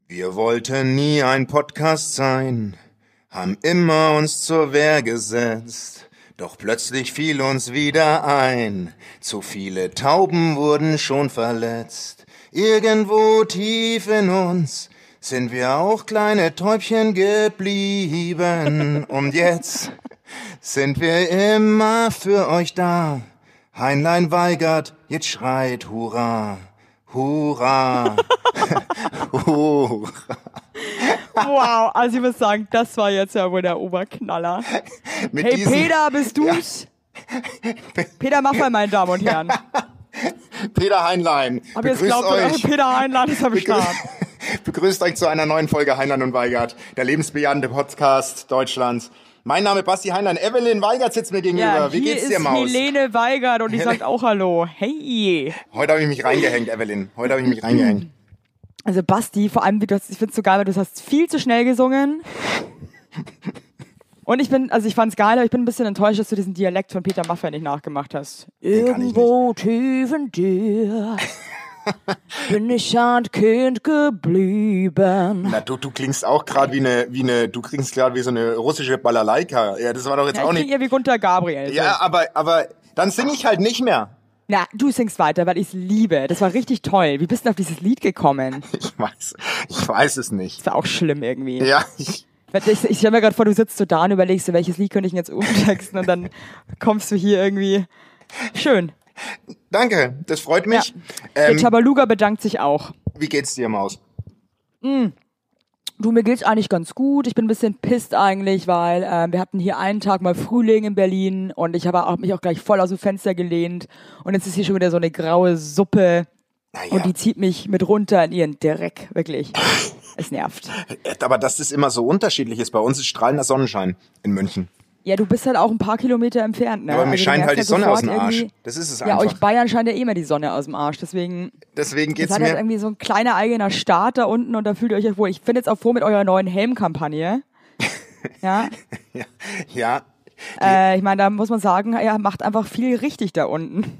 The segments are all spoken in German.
Wir wollten nie ein Podcast sein, haben immer uns zur Wehr gesetzt. Doch plötzlich fiel uns wieder ein, zu viele Tauben wurden schon verletzt. Irgendwo tief in uns sind wir auch kleine Täubchen geblieben. Und jetzt sind wir immer für euch da. Heinlein Weigert, jetzt schreit Hurra, Hurra, Hurra. Wow, also ich muss sagen, das war jetzt ja wohl der Oberknaller. Hey Peter, bist du's? Ja. Peter Maffay, meine Damen und Herren. Peter Heinlein. Hab jetzt glaubt, Peter Heinlein ist am Start. Begrüßt euch zu einer neuen Folge Heinlein und Weigert, der lebensbejahende Podcast Deutschlands. Mein Name ist Basti Heinlein. Evelyn Weigert sitzt mir gegenüber. Ja, wie geht's dir, Maus? Helene Weigert und ich sag auch Hallo. Hey. Heute habe ich mich reingehängt, Evelyn. Heute habe ich mich reingehängt. Also Basti, vor allem, ich find's so geil, weil du hast viel zu schnell gesungen. Und ich fand's geil, aber ich bin ein bisschen enttäuscht, dass du diesen Dialekt von Peter Maffay nicht nachgemacht hast. Irgendwo tief in dir bin ich ein Kind geblieben. Na, du klingst auch gerade du klingst gerade wie so eine russische Balalaika. Ja, das war doch jetzt auch nicht. Ich klinge wie Gunter Gabriel. Ja, aber dann singe ich halt nicht mehr. Na, du singst weiter, weil ich es liebe. Das war richtig toll. Wie bist du auf dieses Lied gekommen? Ich weiß es nicht. Das war auch schlimm irgendwie. Ja, ich stelle mir gerade vor, du sitzt so da und überlegst, welches Lied könnte ich denn jetzt umtexten und dann kommst du hier irgendwie. Schön. Danke, das freut mich. Ja. Der Tabaluga bedankt sich auch. Wie geht's dir, Maus? Du, mir geht's eigentlich ganz gut. Ich bin ein bisschen pisst eigentlich, weil wir hatten hier einen Tag mal Frühling in Berlin und ich habe mich auch gleich voll aus dem Fenster gelehnt und jetzt ist hier schon wieder so eine graue Suppe und die zieht mich mit runter in ihren Dreck, wirklich. Es nervt. Aber dass das immer so unterschiedlich ist, bei uns ist strahlender Sonnenschein in München. Ja, du bist halt auch ein paar Kilometer entfernt, ne? Aber mir scheint halt die Sonne aus dem Arsch. Das ist es einfach. Ja, euch Bayern scheint ja immer die Sonne aus dem Arsch, deswegen geht's mir. Seid halt irgendwie so ein kleiner eigener Staat da unten und da fühlt ihr euch wohl. Ich bin jetzt auch froh mit eurer neuen Helmkampagne. Ja. Ja. Ich meine, da muss man sagen, er macht einfach viel richtig da unten.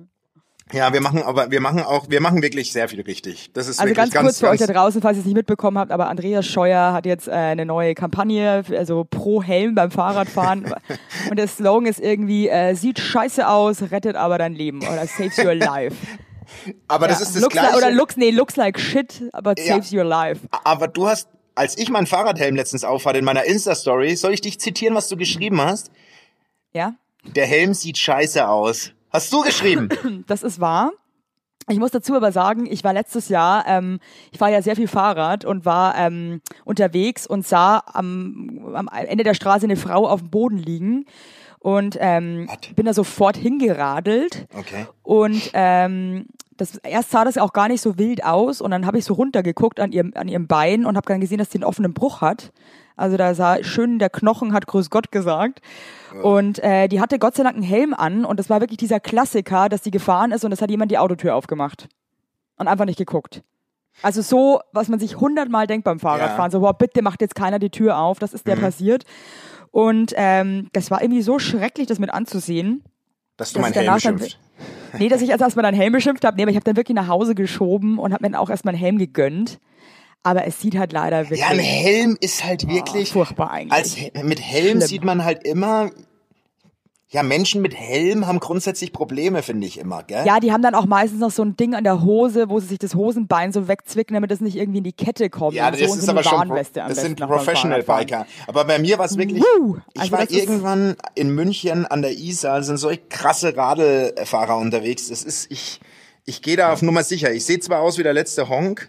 Ja, wir machen wirklich sehr viel richtig. Das ist also wirklich ganz kurz für euch da draußen, falls ihr es nicht mitbekommen habt, aber Andreas Scheuer hat jetzt eine neue Kampagne, also pro Helm beim Fahrradfahren. Und der Slogan ist irgendwie, sieht scheiße aus, rettet aber dein Leben oder saves your life. Aber das ist das Gleiche. Looks like shit, but saves your life. Aber du hast, als ich meinen Fahrradhelm letztens aufhatte in meiner Insta-Story, soll ich dich zitieren, was du geschrieben hast? Ja. Der Helm sieht scheiße aus. Hast du geschrieben? Das ist wahr. Ich muss dazu aber sagen, ich war letztes Jahr, ich fahre ja sehr viel Fahrrad und war unterwegs und sah am Ende der Straße eine Frau auf dem Boden liegen und bin da sofort hingeradelt. Okay. Und erst sah das auch gar nicht so wild aus und dann habe ich so runtergeguckt an ihrem Bein und habe dann gesehen, dass sie einen offenen Bruch hat. Also da sah schön, der Knochen hat Grüß Gott gesagt. Und die hatte Gott sei Dank einen Helm an und das war wirklich dieser Klassiker, dass die gefahren ist und es hat jemand die Autotür aufgemacht. Und einfach nicht geguckt. Also so, was man sich 100-mal denkt beim Fahrradfahren. So, boah, bitte macht jetzt keiner die Tür auf, das ist der passiert. Und das war irgendwie so schrecklich, das mit anzusehen. Dass du meinen Helm beschimpft. Nee, dass ich erstmal deinen Helm beschimpft habe. Nee, aber ich habe dann wirklich nach Hause geschoben und habe mir dann auch erstmal einen Helm gegönnt. Aber es sieht halt leider wirklich... Ja, ein Helm ist halt wirklich... furchtbar eigentlich. Mit Helm sieht man halt immer... Ja, Menschen mit Helm haben grundsätzlich Probleme, finde ich immer, gell? Ja, die haben dann auch meistens noch so ein Ding an der Hose, wo sie sich das Hosenbein so wegzwicken, damit es nicht irgendwie in die Kette kommt. Ja, das ist aber schon... Das sind Professional Biker. Aber bei mir war es wirklich... Ich war irgendwann in München an der Isar, sind solche krasse Radlfahrer unterwegs. Das ist... Ich gehe da auf Nummer sicher. Ich sehe zwar aus wie der letzte Honk,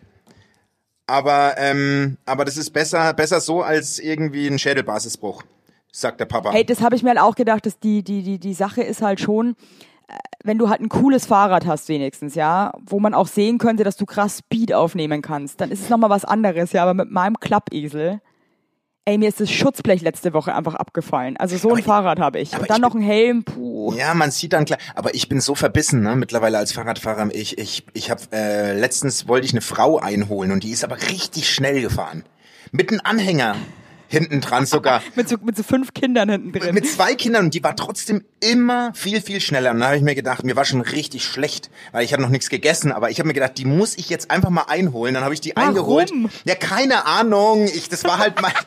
aber das ist besser so als irgendwie ein Schädelbasisbruch, sagt der Papa. Hey, das habe ich mir halt auch gedacht, dass die Sache ist halt schon, wenn du halt ein cooles Fahrrad hast wenigstens, ja, wo man auch sehen könnte, dass du krass Speed aufnehmen kannst, dann ist es nochmal was anderes, ja, aber mit meinem Klappesel, ey, mir ist das Schutzblech letzte Woche einfach abgefallen. Also so ein Fahrrad habe ich. Und dann noch ein Helm, puh. Ja, man sieht dann klar. Aber ich bin so verbissen, ne, mittlerweile als Fahrradfahrer. Ich habe letztens wollte ich eine Frau einholen und die ist aber richtig schnell gefahren. Mit einem Anhänger. hinten dran sogar. mit so 5 Kindern hinten drin. Mit 2 Kindern und die war trotzdem immer viel, viel schneller. Und da habe ich mir gedacht, mir war schon richtig schlecht, weil ich habe noch nichts gegessen, aber ich habe mir gedacht, die muss ich jetzt einfach mal einholen. Dann habe ich die eingeholt. Ja, keine Ahnung. Das war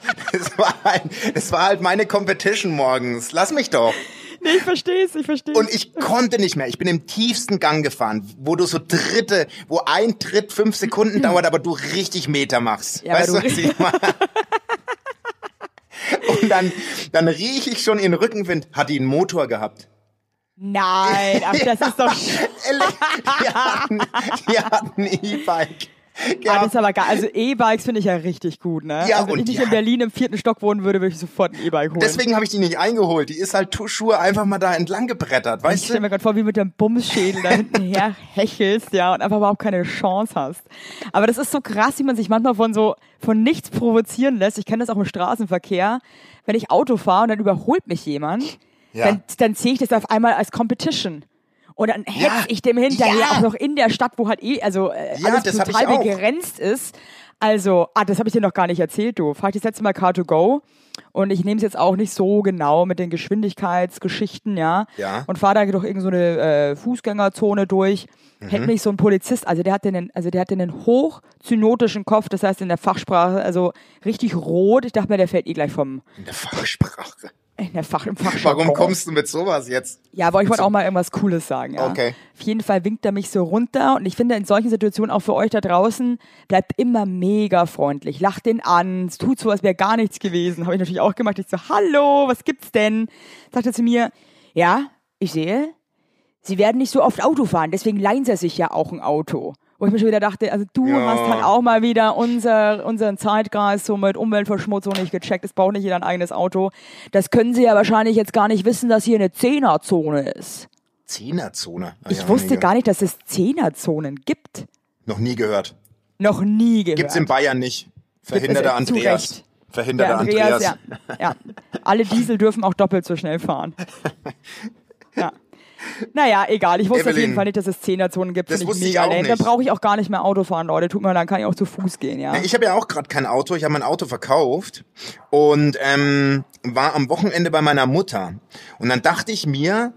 halt meine Competition morgens. Lass mich doch. Nee, ich versteh's. Und ich konnte nicht mehr. Ich bin im tiefsten Gang gefahren, wo wo ein Tritt 5 Sekunden dauert, aber du richtig Meter machst. Ja, weißt du, was ich meine? Und dann rieche ich schon ihren Rückenwind. Hat die einen Motor gehabt? Nein, ach, das ist doch... Die hatten ein E-Bike. Das ist aber geil. Also E-Bikes finde ich ja richtig gut, ne? Ja, also wenn ich nicht in Berlin im 4. Stock wohnen würde, würde ich sofort ein E-Bike holen. Deswegen habe ich die nicht eingeholt. Die ist halt Schuhe einfach mal da entlang gebrettert, weißt du? Ich stelle mir gerade vor, wie mit dem Bumsschädel da hinten her hechelst, ja, und einfach überhaupt keine Chance hast. Aber das ist so krass, wie man sich manchmal von nichts provozieren lässt. Ich kenne das auch im Straßenverkehr. Wenn ich Auto fahre und dann überholt mich jemand, dann sehe ich das auf einmal als Competition. Und dann hetze ich dem hinterher, auch noch in der Stadt, wo halt alles total begrenzt ist. Also, das habe ich dir noch gar nicht erzählt, du. Fahr ich das letzte Mal Car2Go und ich nehme es jetzt auch nicht so genau mit den Geschwindigkeitsgeschichten, ja. Und fahre da durch irgend so eine Fußgängerzone durch. Hält mich so ein Polizist, der hat einen hochzynotischen Kopf, das heißt in der Fachsprache, also richtig rot. Ich dachte mir, der fällt gleich vom... In der Fachsprache? Im Fachjargon. Warum kommst du mit sowas jetzt? Ja, aber ich wollte auch mal irgendwas Cooles sagen. Ja. Okay. Auf jeden Fall winkt er mich so runter und ich finde in solchen Situationen auch für euch da draußen, bleibt immer mega freundlich, lacht den an, tut so, als wäre gar nichts gewesen. Habe ich natürlich auch gemacht. Ich so, hallo, was gibt's denn? Sagt er zu mir, ja, ich sehe, Sie werden nicht so oft Auto fahren, deswegen leihen Sie sich ja auch ein Auto. Wo ich mir schon wieder dachte, also du hast halt auch mal wieder unseren Zeitgeist so mit Umweltverschmutzung nicht gecheckt. Es braucht nicht jeder ein eigenes Auto. Das können Sie ja wahrscheinlich jetzt gar nicht wissen, dass hier eine Zehnerzone ist. Zehnerzone? Ich wusste gar nicht, dass es Zehnerzonen gibt. Noch nie gehört. Noch nie gehört. Gibt's in Bayern nicht. Verhinderter Andreas. Verhinderter Andreas. Ja. Alle Diesel dürfen auch doppelt so schnell fahren. Ja. Naja, egal. Ich wusste auf jeden Fall nicht, dass es Zehnerzonen gibt. Das wusste ich mega auch lame. nicht. Dann brauche ich auch gar nicht mehr Auto fahren, Leute. Tut mir leid, dann kann ich auch zu Fuß gehen, ja. Ich habe ja auch gerade kein Auto. Ich habe mein Auto verkauft und war am Wochenende bei meiner Mutter. Und dann dachte ich mir,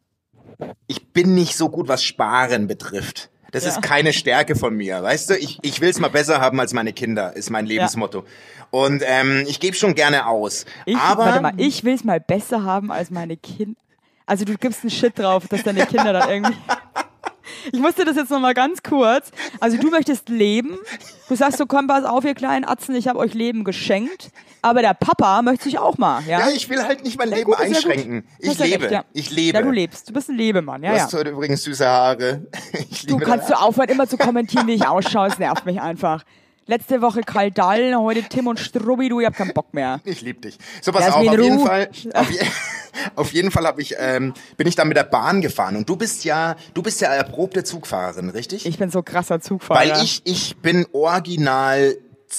ich bin nicht so gut, was Sparen betrifft. Das ist keine Stärke von mir, weißt du? Ich will es mal besser haben als meine Kinder, ist mein Lebensmotto. Und ich gebe schon gerne aus. Ich will es mal besser haben als meine Kinder. Also du gibst einen Shit drauf, dass deine Kinder dann irgendwie... Ich musste das jetzt nochmal ganz kurz. Also du möchtest leben. Du sagst so, komm, pass auf, ihr kleinen Atzen, ich habe euch Leben geschenkt. Aber der Papa möchte sich auch mal, ja? Ja, ich will halt nicht mein Leben einschränken. Ich lebe. Recht, ja. Ich lebe. Ja, du lebst. Du bist ein Lebemann, ja, Du hast heute übrigens süße Haare. Du kannst aufhören, immer zu kommentieren, wie ich ausschaue. Es nervt mich einfach. Letzte Woche Karl Dall, heute Tim und Strubbi, ich hab keinen Bock mehr. Ich lieb dich. So, pass auf, auf jeden Fall bin ich da mit der Bahn gefahren. Und du bist ja erprobte Zugfahrerin, richtig? Ich bin so krasser Zugfahrer. Weil ich bin original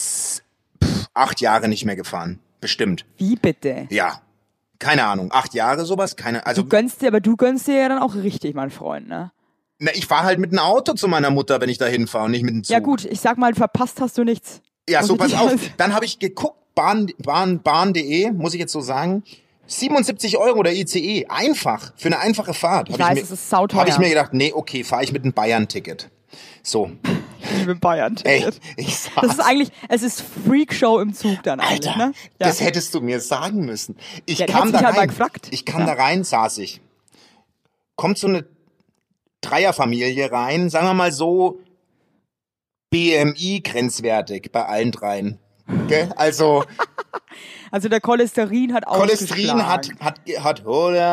8 Jahre nicht mehr gefahren. Bestimmt. Wie bitte? Ja. Keine Ahnung. 8 Jahre sowas? Also du gönnst dir ja dann auch richtig, mein Freund, ne? Na, ich fahre halt mit dem Auto zu meiner Mutter, wenn ich da hinfahre und nicht mit dem Zug. Ja gut, ich sag mal, verpasst hast du nichts. Ja, so pass auf. Dann habe ich geguckt, Bahn.de, muss ich jetzt so sagen, 77 € der ICE, einfach, für eine einfache Fahrt. Es ist sauteuer. Habe ich mir gedacht, nee, okay, fahre ich mit einem Bayern-Ticket. So. Liebe Bayern-Ticket. Es ist Freakshow im Zug dann eigentlich, Alter, ne? Ja. Das hättest du mir sagen müssen. Ich kam da rein, da rein, saß ich. Kommt so eine Dreierfamilie rein, sagen wir mal so BMI grenzwertig bei allen dreien. Okay? Also der Cholesterin hat hat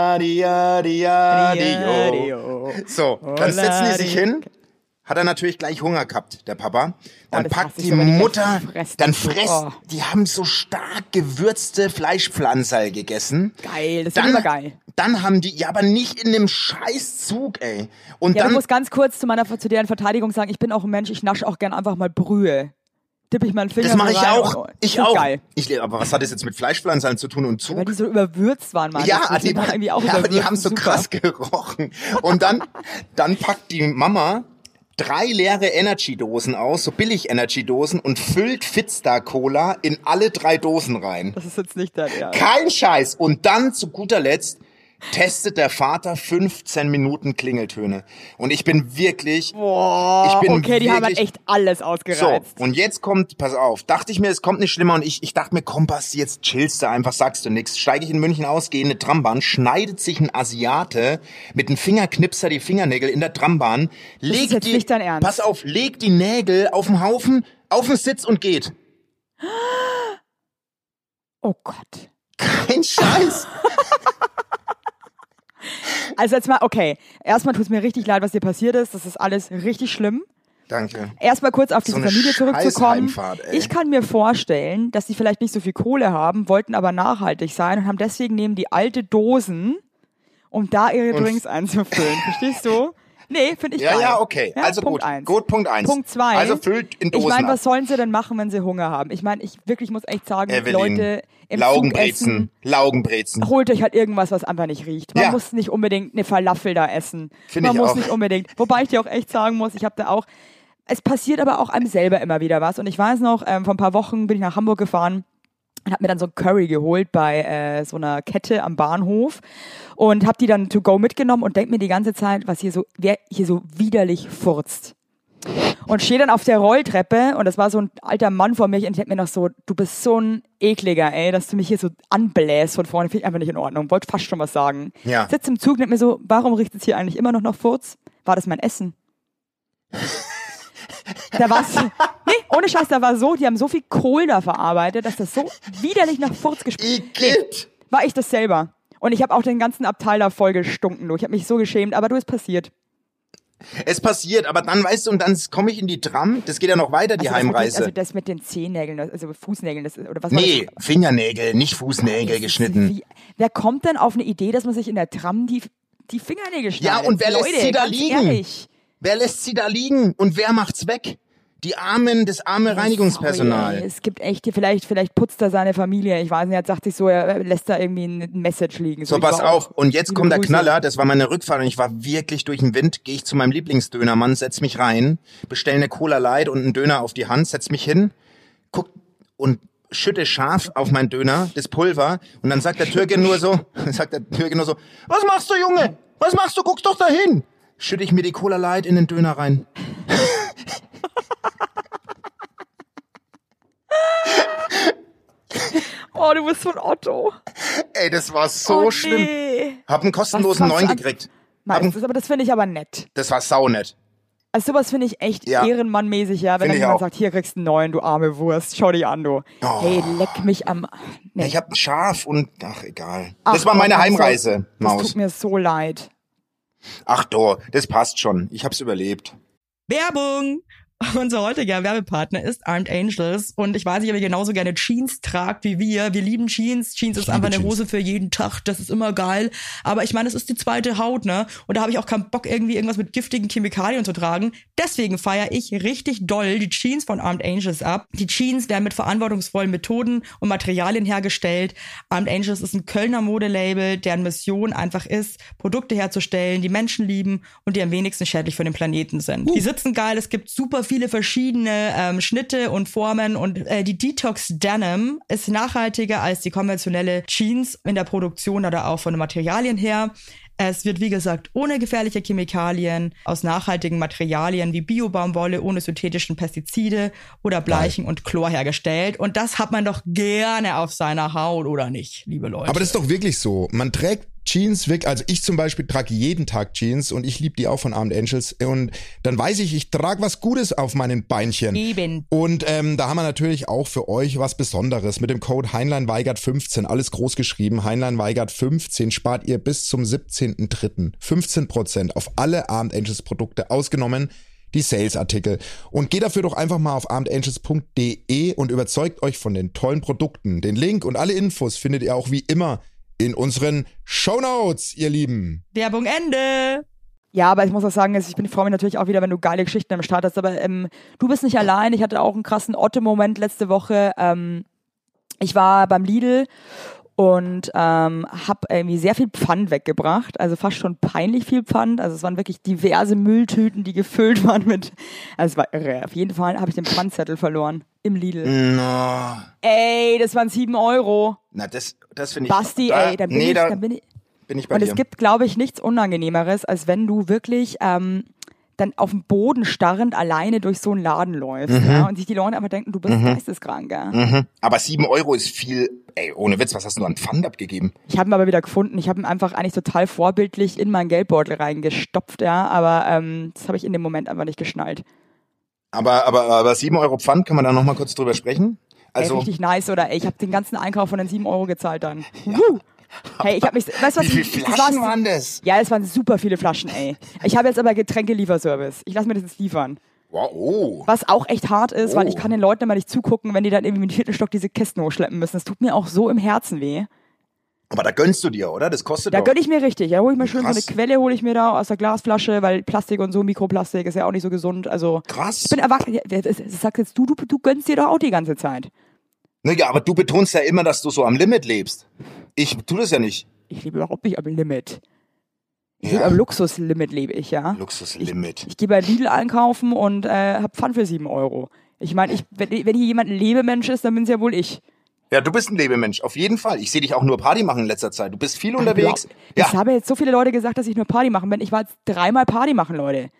So, dann setzen die sich hin. Hat er natürlich gleich Hunger gehabt, der Papa. Dann packt die Mutter, die haben so stark gewürzte Fleischpflanzerl gegessen. Geil, das ist immer geil. Dann haben die, ja, aber nicht in dem Scheißzug, ey. Und ja, dann, ich muss ganz kurz zu deren Verteidigung sagen, ich bin auch ein Mensch, ich nasche auch gern einfach mal Brühe. Dipp ich meinen Finger das mache ich rein auch. Ich auch. Geil. Aber was hat das jetzt mit Fleischpflanzern zu tun und Zug? Weil die so überwürzt waren, Mann. Ja, aber die haben so krass gerochen. Und dann packt die Mama 3 leere Energy-Dosen aus, so Billig-Energy-Dosen und füllt Fitstar-Cola in alle 3 Dosen rein. Das ist jetzt nicht dein Ernst. Kein Scheiß. Und dann zu guter Letzt testet der Vater 15 Minuten Klingeltöne. Und ich bin wirklich... Boah, die haben halt echt alles ausgereizt. So, und jetzt kommt, pass auf, dachte ich mir, es kommt nicht schlimmer. Und ich dachte mir, komm, Basti, jetzt chillst du einfach, sagst du nix. Steige ich in München aus, gehe in eine Trambahn, schneidet sich ein Asiate mit einem Fingerknipser die Fingernägel in der Trambahn. Das ist jetzt nicht dein Ernst. Pass auf, legt die Nägel auf den Haufen, auf den Sitz und geht. Oh Gott. Kein Scheiß. Also jetzt mal, okay, erstmal tut es mir richtig leid, was dir passiert ist. Das ist alles richtig schlimm. Danke. Erstmal kurz auf diese Familie zurückzukommen. Ey. Ich kann mir vorstellen, dass die vielleicht nicht so viel Kohle haben, wollten aber nachhaltig sein und haben deswegen nehmen die alte Dosen, um da ihre Drinks einzufüllen. Verstehst du? Nee, finde ich geil. Ja, okay. Ja, also Punkt gut. 1. Gut, Punkt 1. Punkt 2. Also füllt in Dosen Ich meine, ab. was sollen sie denn machen, wenn sie Hunger haben? Ich meine, ich wirklich muss echt sagen, Evelyn, Leute im Zug essen, Laugenbrezen. holt euch halt irgendwas, was einfach nicht riecht. Man Ja. muss nicht unbedingt eine Falafel da essen. Finde Man ich muss auch. nicht unbedingt. Wobei ich dir auch echt sagen muss, ich habe da auch, es passiert aber auch einem selber immer wieder was. Und ich weiß noch, vor ein paar Wochen bin ich nach Hamburg gefahren und habe mir dann so ein Curry geholt bei so einer Kette am Bahnhof und habe die dann to go mitgenommen und denk mir die ganze Zeit, wer hier so widerlich furzt. Und stehe dann auf der Rolltreppe und das war so ein alter Mann vor mir und ich denk mir noch so, du bist so ein Ekliger, ey, dass du mich hier so anbläst von vorne, finde ich einfach nicht in Ordnung. Wollte fast schon was sagen. Ja. Sitz im Zug und denk mir so, warum riecht es hier eigentlich immer noch nach Furz? War das mein Essen? Da war's, nee, ohne Scheiß, da war so, die haben so viel Kohl da verarbeitet, dass das so widerlich nach Furz Igitt. war ich das selber. Und ich habe auch den ganzen Abteil da voll gestunken, du. Ich habe mich so geschämt, aber du, ist passiert. Es passiert, aber dann, weißt du, und dann komme ich in die Tram, das geht ja noch weiter, die Heimreise. Also das mit den Zehennägeln, also Fußnägeln, oder was war Nee, das? Fingernägel, nicht Fußnägel Das ist geschnitten. wer kommt denn auf eine Idee, dass man sich in der Tram die Fingernägel schneidet? Ja, und wer lässt Leute, sie da ganz liegen? Ehrlich. Wer lässt sie da liegen und wer macht's weg? Das arme Reinigungspersonal. Sorry, es gibt echt, vielleicht putzt er seine Familie, ich weiß nicht, jetzt sagt sich so, er lässt da irgendwie ein Message liegen. So, ich pass war auf. auch- Und jetzt liebe kommt der Grüße. Knaller. Das war meine Rückfahrt und ich war wirklich durch den Wind. Gehe ich zu meinem Lieblingsdönermann, setz mich rein, bestell eine Cola Light und einen Döner auf die Hand, setz mich hin, guck und schütte scharf auf meinen Döner, das Pulver. Und dann sagt der Türke nur so, was machst du, Junge? Was machst du? Guckst doch dahin. Schütte ich mir die Cola Light in den Döner rein. Oh, du bist von Otto. Ey, das war so schlimm. Nee. Hab einen kostenlosen Was neuen an- gekriegt. Meistens, aber das finde ich aber nett. Das war saunett. Also sowas finde ich echt Ja. ehrenmannmäßig, ja, wenn Find dann ich jemand auch. sagt, hier kriegst du einen neuen, du arme Wurst, schau dich an, du. Oh. Hey, leck mich am... Nee. Ich hab scharf und, ach, egal. Ach, Das war meine Gott, Heimreise, Das Maus. tut mir so leid. Ach doch, das passt schon. Ich hab's überlebt. Werbung! Unser heutiger Werbepartner ist Armed Angels und ich weiß nicht, ob ihr genauso gerne Jeans tragt wie wir. Wir lieben Jeans. Jeans ist einfach eine Hose für jeden Tag. Das ist immer geil. Aber ich meine, es ist die zweite Haut, ne? Und da habe ich auch keinen Bock, irgendwie irgendwas mit giftigen Chemikalien zu tragen. Deswegen feiere ich richtig doll die Jeans von Armed Angels ab. Die Jeans werden mit verantwortungsvollen Methoden und Materialien hergestellt. Armed Angels ist ein Kölner Modelabel, deren Mission einfach ist, Produkte herzustellen, die Menschen lieben und die am wenigsten schädlich für den Planeten sind. Die sitzen geil, es gibt super viele verschiedene Schnitte und Formen und die Detox Denim ist nachhaltiger als die konventionelle Jeans in der Produktion oder auch von den Materialien her. Es wird, wie gesagt, ohne gefährliche Chemikalien, aus nachhaltigen Materialien wie Bio-Baumwolle, ohne synthetischen Pestizide oder Bleichen und Chlor hergestellt. Und das hat man doch gerne auf seiner Haut, oder nicht, liebe Leute? Aber das ist doch wirklich so. Man trägt Jeans weg, also ich zum Beispiel trage jeden Tag Jeans und ich liebe die auch von Armed Angels und dann weiß ich trage was Gutes auf meinen Beinchen. Eben. Und da haben wir natürlich auch für euch was Besonderes. Mit dem Code HeinleinWeigert15, alles groß geschrieben, HeinleinWeigert15 spart ihr bis zum 17.03. 15% auf alle Armed Angels Produkte, ausgenommen die Sales-Artikel. Und geht dafür doch einfach mal auf armedangels.de und überzeugt euch von den tollen Produkten. Den Link und alle Infos findet ihr auch wie immer in unseren Shownotes, ihr Lieben. Werbung Ende. Ja, aber ich muss auch sagen, ich freue mich natürlich auch wieder, wenn du geile Geschichten am Start hast, aber du bist nicht allein. Ich hatte auch einen krassen Otto-Moment letzte Woche. Ich war beim Lidl und habe irgendwie sehr viel Pfand weggebracht, also fast schon peinlich viel Pfand. Also es waren wirklich diverse Mülltüten, die gefüllt waren mit, also es war irre. Auf jeden Fall habe ich den Pfandzettel verloren im Lidl. No. Ey, das waren 7 €. Na, das finde ich... Basti, ey, da bin ich bei und dir. es gibt, glaube ich, nichts Unangenehmeres, als wenn du wirklich dann auf dem Boden starrend alleine durch so einen Laden läufst, ja, und sich die Leute einfach denken, du bist geisteskrank, ja. Aber 7 € ist viel... Ey, ohne Witz, was hast du an Pfand abgegeben? Ich habe ihn aber wieder gefunden. Ich habe ihn einfach eigentlich total vorbildlich in meinen Geldbeutel reingestopft, ja, aber das habe ich in dem Moment einfach nicht geschnallt. Aber 7 € Pfand, kann man da nochmal kurz drüber sprechen? Also, Ey, richtig nice, oder? Ey, ich habe den ganzen Einkauf von den 7 € gezahlt dann. Hey, ich habe mich, weißt du was? wie viele Flaschen waren das? Ja, es waren super viele Flaschen, ey. Ich habe jetzt aber Getränkelieferservice. Ich lasse mir das jetzt liefern. Wow, oh. Was auch echt hart ist, weil Oh. ich kann den Leuten immer nicht zugucken, wenn die dann irgendwie mit dem 4. Stock diese Kisten hochschleppen müssen. Das tut mir auch so im Herzen weh. Aber da gönnst du dir, oder? Das kostet Da doch. gönne ich mir richtig. Ja, hole ich mir schön so eine Krass. Quelle, hole ich mir da aus der Glasflasche, weil Plastik und so, Mikroplastik ist ja auch nicht so gesund. Also Krass. ich bin erwachsen. Ja, das sagst jetzt du gönnst dir doch auch die ganze Zeit. Naja, aber du betonst ja immer, dass du so am Limit lebst. Ich tu das ja nicht. Ich lebe überhaupt nicht am Limit. Ich Ja. lebe am Luxuslimit, lebe ich, ja. Luxuslimit. Ich gehe bei Lidl einkaufen und hab Pfand für 7 €. Ich meine, wenn hier jemand ein Lebemensch ist, dann bin's ja wohl ich. Ja, du bist ein Lebemensch, auf jeden Fall. Ich sehe dich auch nur Party machen in letzter Zeit. Du bist viel unterwegs. Ich habe jetzt so viele Leute gesagt, dass ich nur Party machen bin. Ich war jetzt 3-mal Party machen, Leute.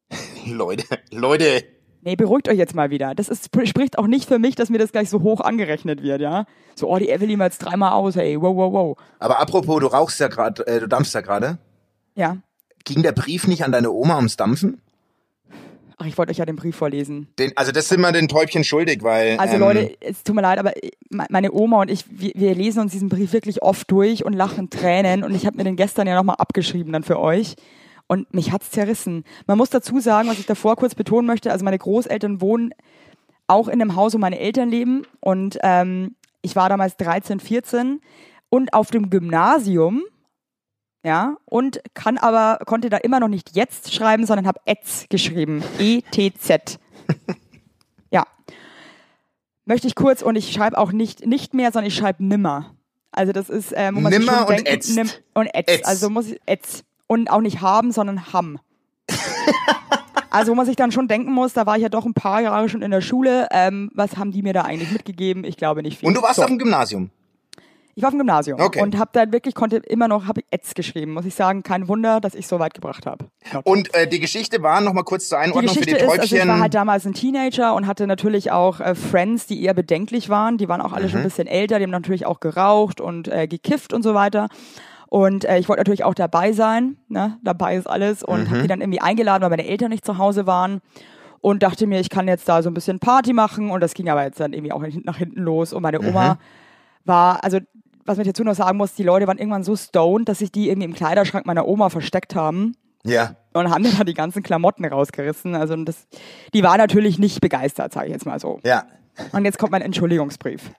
Leute. Nee, beruhigt euch jetzt mal wieder. Spricht auch nicht für mich, dass mir das gleich so hoch angerechnet wird, ja. So, oh, die Evelyn war jetzt 3-mal aus, ey, wow. Aber apropos, du rauchst ja gerade, du dampfst ja gerade. Ja. Ging der Brief nicht an deine Oma ums Dampfen? Ach, ich wollte euch ja den Brief vorlesen. Also das sind wir den Täubchen schuldig, weil... Also Leute, es tut mir leid, aber meine Oma und ich, wir lesen uns diesen Brief wirklich oft durch und lachen Tränen und ich habe mir den gestern ja nochmal abgeschrieben dann für euch und mich hat's zerrissen. Man muss dazu sagen, was ich davor kurz betonen möchte, also meine Großeltern wohnen auch in einem Haus, wo meine Eltern leben und ich war damals 13, 14 und auf dem Gymnasium, ja, und konnte da immer noch nicht jetzt schreiben, sondern habe ETZ geschrieben. E-T-Z. Ja. Möchte ich kurz, und ich schreibe auch nicht mehr, sondern ich schreibe nimmer. Also das ist, wo man nimmer sich schon und denkt, ätzt. Und ätzt. Ätzt. Also muss ich ätz. Und auch nicht haben, sondern ham. Also wo man sich dann schon denken muss, da war ich ja doch ein paar Jahre schon in der Schule, was haben die mir da eigentlich mitgegeben? Ich glaube nicht viel. Und du warst So. auf dem Gymnasium? Ich war auf dem Gymnasium Okay. und habe da wirklich, habe ich Etz geschrieben, muss ich sagen. Kein Wunder, dass ich so weit gebracht habe. Und die Geschichte war, nochmal kurz zur Die Einordnung für die Geschichte ist, Täubchen. also ich war halt damals ein Teenager und hatte natürlich auch Friends, die eher bedenklich waren. Die waren auch alle schon ein bisschen älter, die haben natürlich auch geraucht und gekifft und so weiter. Und ich wollte natürlich auch dabei sein, ne? Dabei ist alles. Und habe die dann irgendwie eingeladen, weil meine Eltern nicht zu Hause waren. Und dachte mir, ich kann jetzt da so ein bisschen Party machen. Und das ging aber jetzt dann irgendwie auch nach hinten los. Und meine Oma war, also was ich dazu noch sagen muss, die Leute waren irgendwann so stoned, dass sich die irgendwie im Kleiderschrank meiner Oma versteckt haben. Ja. Und haben dann da die ganzen Klamotten rausgerissen. Also die war natürlich nicht begeistert, sage ich jetzt mal so. Ja. Und jetzt kommt mein Entschuldigungsbrief.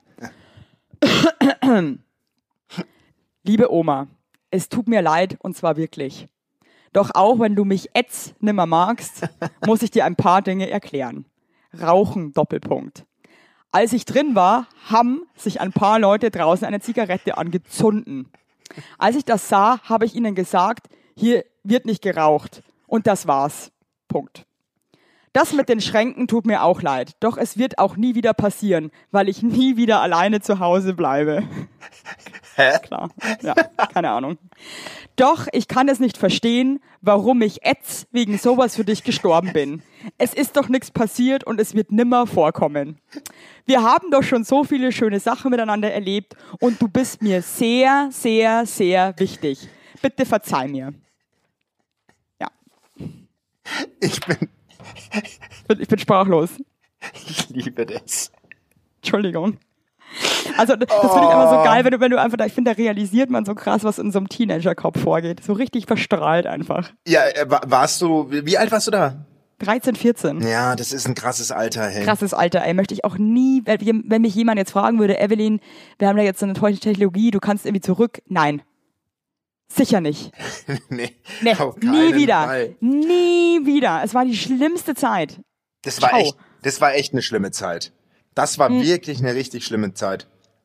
Liebe Oma, es tut mir leid und zwar wirklich. Doch auch wenn du mich nimmer magst, muss ich dir ein paar Dinge erklären. Rauchen, Doppelpunkt. Als ich drin war, haben sich ein paar Leute draußen eine Zigarette angezündet. Als ich das sah, habe ich ihnen gesagt, hier wird nicht geraucht. Und das war's. Punkt. Das mit den Schränken tut mir auch leid. Doch es wird auch nie wieder passieren, weil ich nie wieder alleine zu Hause bleibe. Hä? Klar. Ja, keine Ahnung. Doch ich kann es nicht verstehen, warum ich wegen sowas für dich gestorben bin. Es ist doch nichts passiert und es wird nimmer vorkommen. Wir haben doch schon so viele schöne Sachen miteinander erlebt und du bist mir sehr, sehr, sehr wichtig. Bitte verzeih mir. Ja. Ich Ich bin sprachlos. liebe das. Entschuldigung. Also das finde ich immer so geil, wenn du einfach, ich finde, da realisiert man so krass, was in so einem Teenagerkopf vorgeht. So richtig verstrahlt einfach. Ja, wie alt warst du da? 13, 14. Ja, das ist ein krasses Alter, hey. Krasses Alter, ey. Möchte ich auch nie, wenn mich jemand jetzt fragen würde, Evelyn, wir haben da jetzt so eine tolle Technologie, du kannst irgendwie zurück. Nein. Sicher nicht. nee, Nee, auf nie keinen wieder. Fall. Nie wieder. Es war die schlimmste Zeit. Das war Ciao. echt eine schlimme Zeit. Das war wirklich eine richtig schlimme Zeit.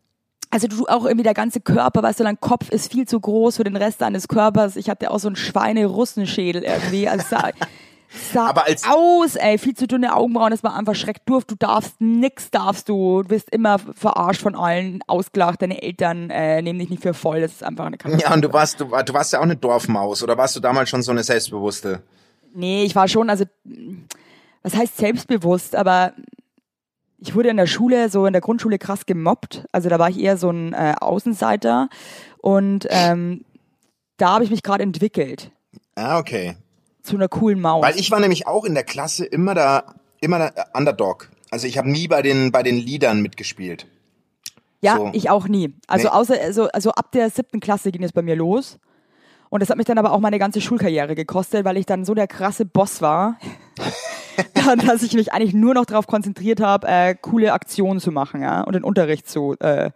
also du auch irgendwie der ganze Körper, weißt du, dein Kopf ist viel zu groß für den Rest deines Körpers. Ich hatte auch so einen Schweine-Russenschädel irgendwie. Also sah Aber als- aus, ey, viel zu dünne Augenbrauen, das war einfach Schreckdurf. Du darfst nix, du wirst immer verarscht von allen, ausgelacht, deine Eltern nehmen dich nicht für voll, das ist einfach eine Katastrophe. Ja, und du warst ja auch eine Dorfmaus, oder warst du damals schon so eine Selbstbewusste? Nee, ich war schon, also, was heißt selbstbewusst, aber ich wurde in der Schule, so in der Grundschule krass gemobbt. Also da war ich eher so ein Außenseiter und da habe ich mich gerade entwickelt Ah, okay. zu einer coolen Maus. Weil ich war nämlich auch in der Klasse immer der Underdog. Also ich habe nie bei den Liedern mitgespielt. Ja, so. ich auch nie. Also Nee. also ab der 7. Klasse ging es bei mir los. Und das hat mich dann aber auch meine ganze Schulkarriere gekostet, weil ich dann so der krasse Boss war, dass ich mich eigentlich nur noch darauf konzentriert habe, coole Aktionen zu machen, ja, und den Unterricht zu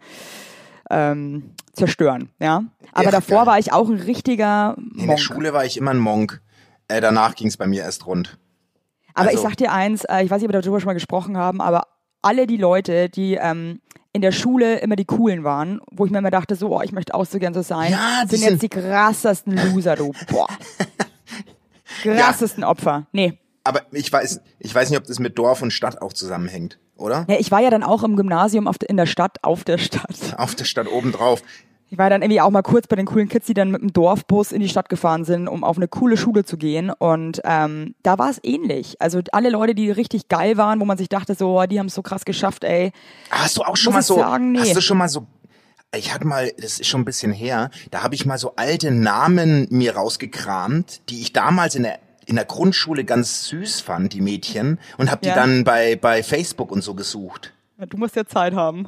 zerstören, ja. Aber Ja, davor geil. war ich auch ein richtiger In der Monk. Schule war ich immer ein Monk. Danach ging es bei mir erst rund. Aber also- ich sag dir eins, ich weiß nicht, ob wir darüber schon mal gesprochen haben, aber alle die Leute, die in der Schule immer die Coolen waren, wo ich mir immer dachte, so, oh, ich möchte auch so gern so sein, Ja, die sind jetzt die krassesten Loser, du. Boah. Krassesten Opfer. Nee. Aber ich weiß nicht, ob das mit Dorf und Stadt auch zusammenhängt, oder? Ja, ich war ja dann auch im Gymnasium in der Stadt, auf der Stadt. Auf der Stadt obendrauf. Ich war dann irgendwie auch mal kurz bei den coolen Kids, die dann mit dem Dorfbus in die Stadt gefahren sind, um auf eine coole Schule zu gehen. Und da war es ähnlich. Also alle Leute, die richtig geil waren, wo man sich dachte, so, oh, die haben es so krass geschafft, ey. Hast du auch schon Muss mal ich so, sagen, nee. hast du schon mal so, ich hatte mal, das ist schon ein bisschen her, da habe ich mal so alte Namen mir rausgekramt, die ich damals in der Grundschule ganz süß fand, die Mädchen, und habe die Ja. dann bei Facebook und so gesucht. Ja, du musst ja Zeit haben.